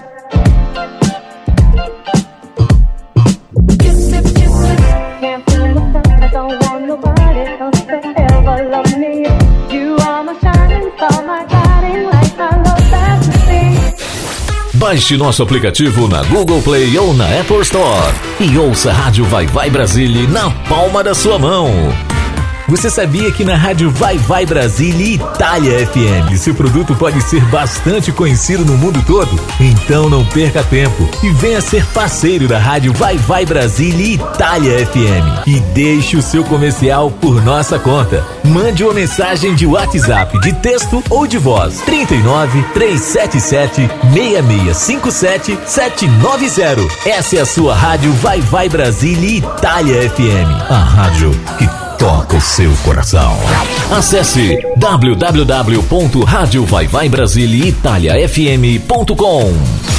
Kiss it, can't fool myself, I don't want nobody else to ever love me. You are my shining star, my guiding light, I love that to see. Baixe nosso aplicativo na Google Play ou na Apple Store e ouça a Rádio Vai Vai Brasília na palma da sua mão. Você sabia que na Rádio Vai Vai Brasília e Itália FM seu produto pode ser bastante conhecido no mundo todo? Então não perca tempo e venha ser parceiro da Rádio Vai Vai Brasília e Itália FM e deixe o seu comercial por nossa conta. Mande uma mensagem de WhatsApp de texto ou de voz 39 377 6657 790. Essa é a sua Rádio Vai Vai Brasília e Itália FM, a rádio que toca o seu coração. Acesse www.radiovaivaibrasiliaitaliafm.com.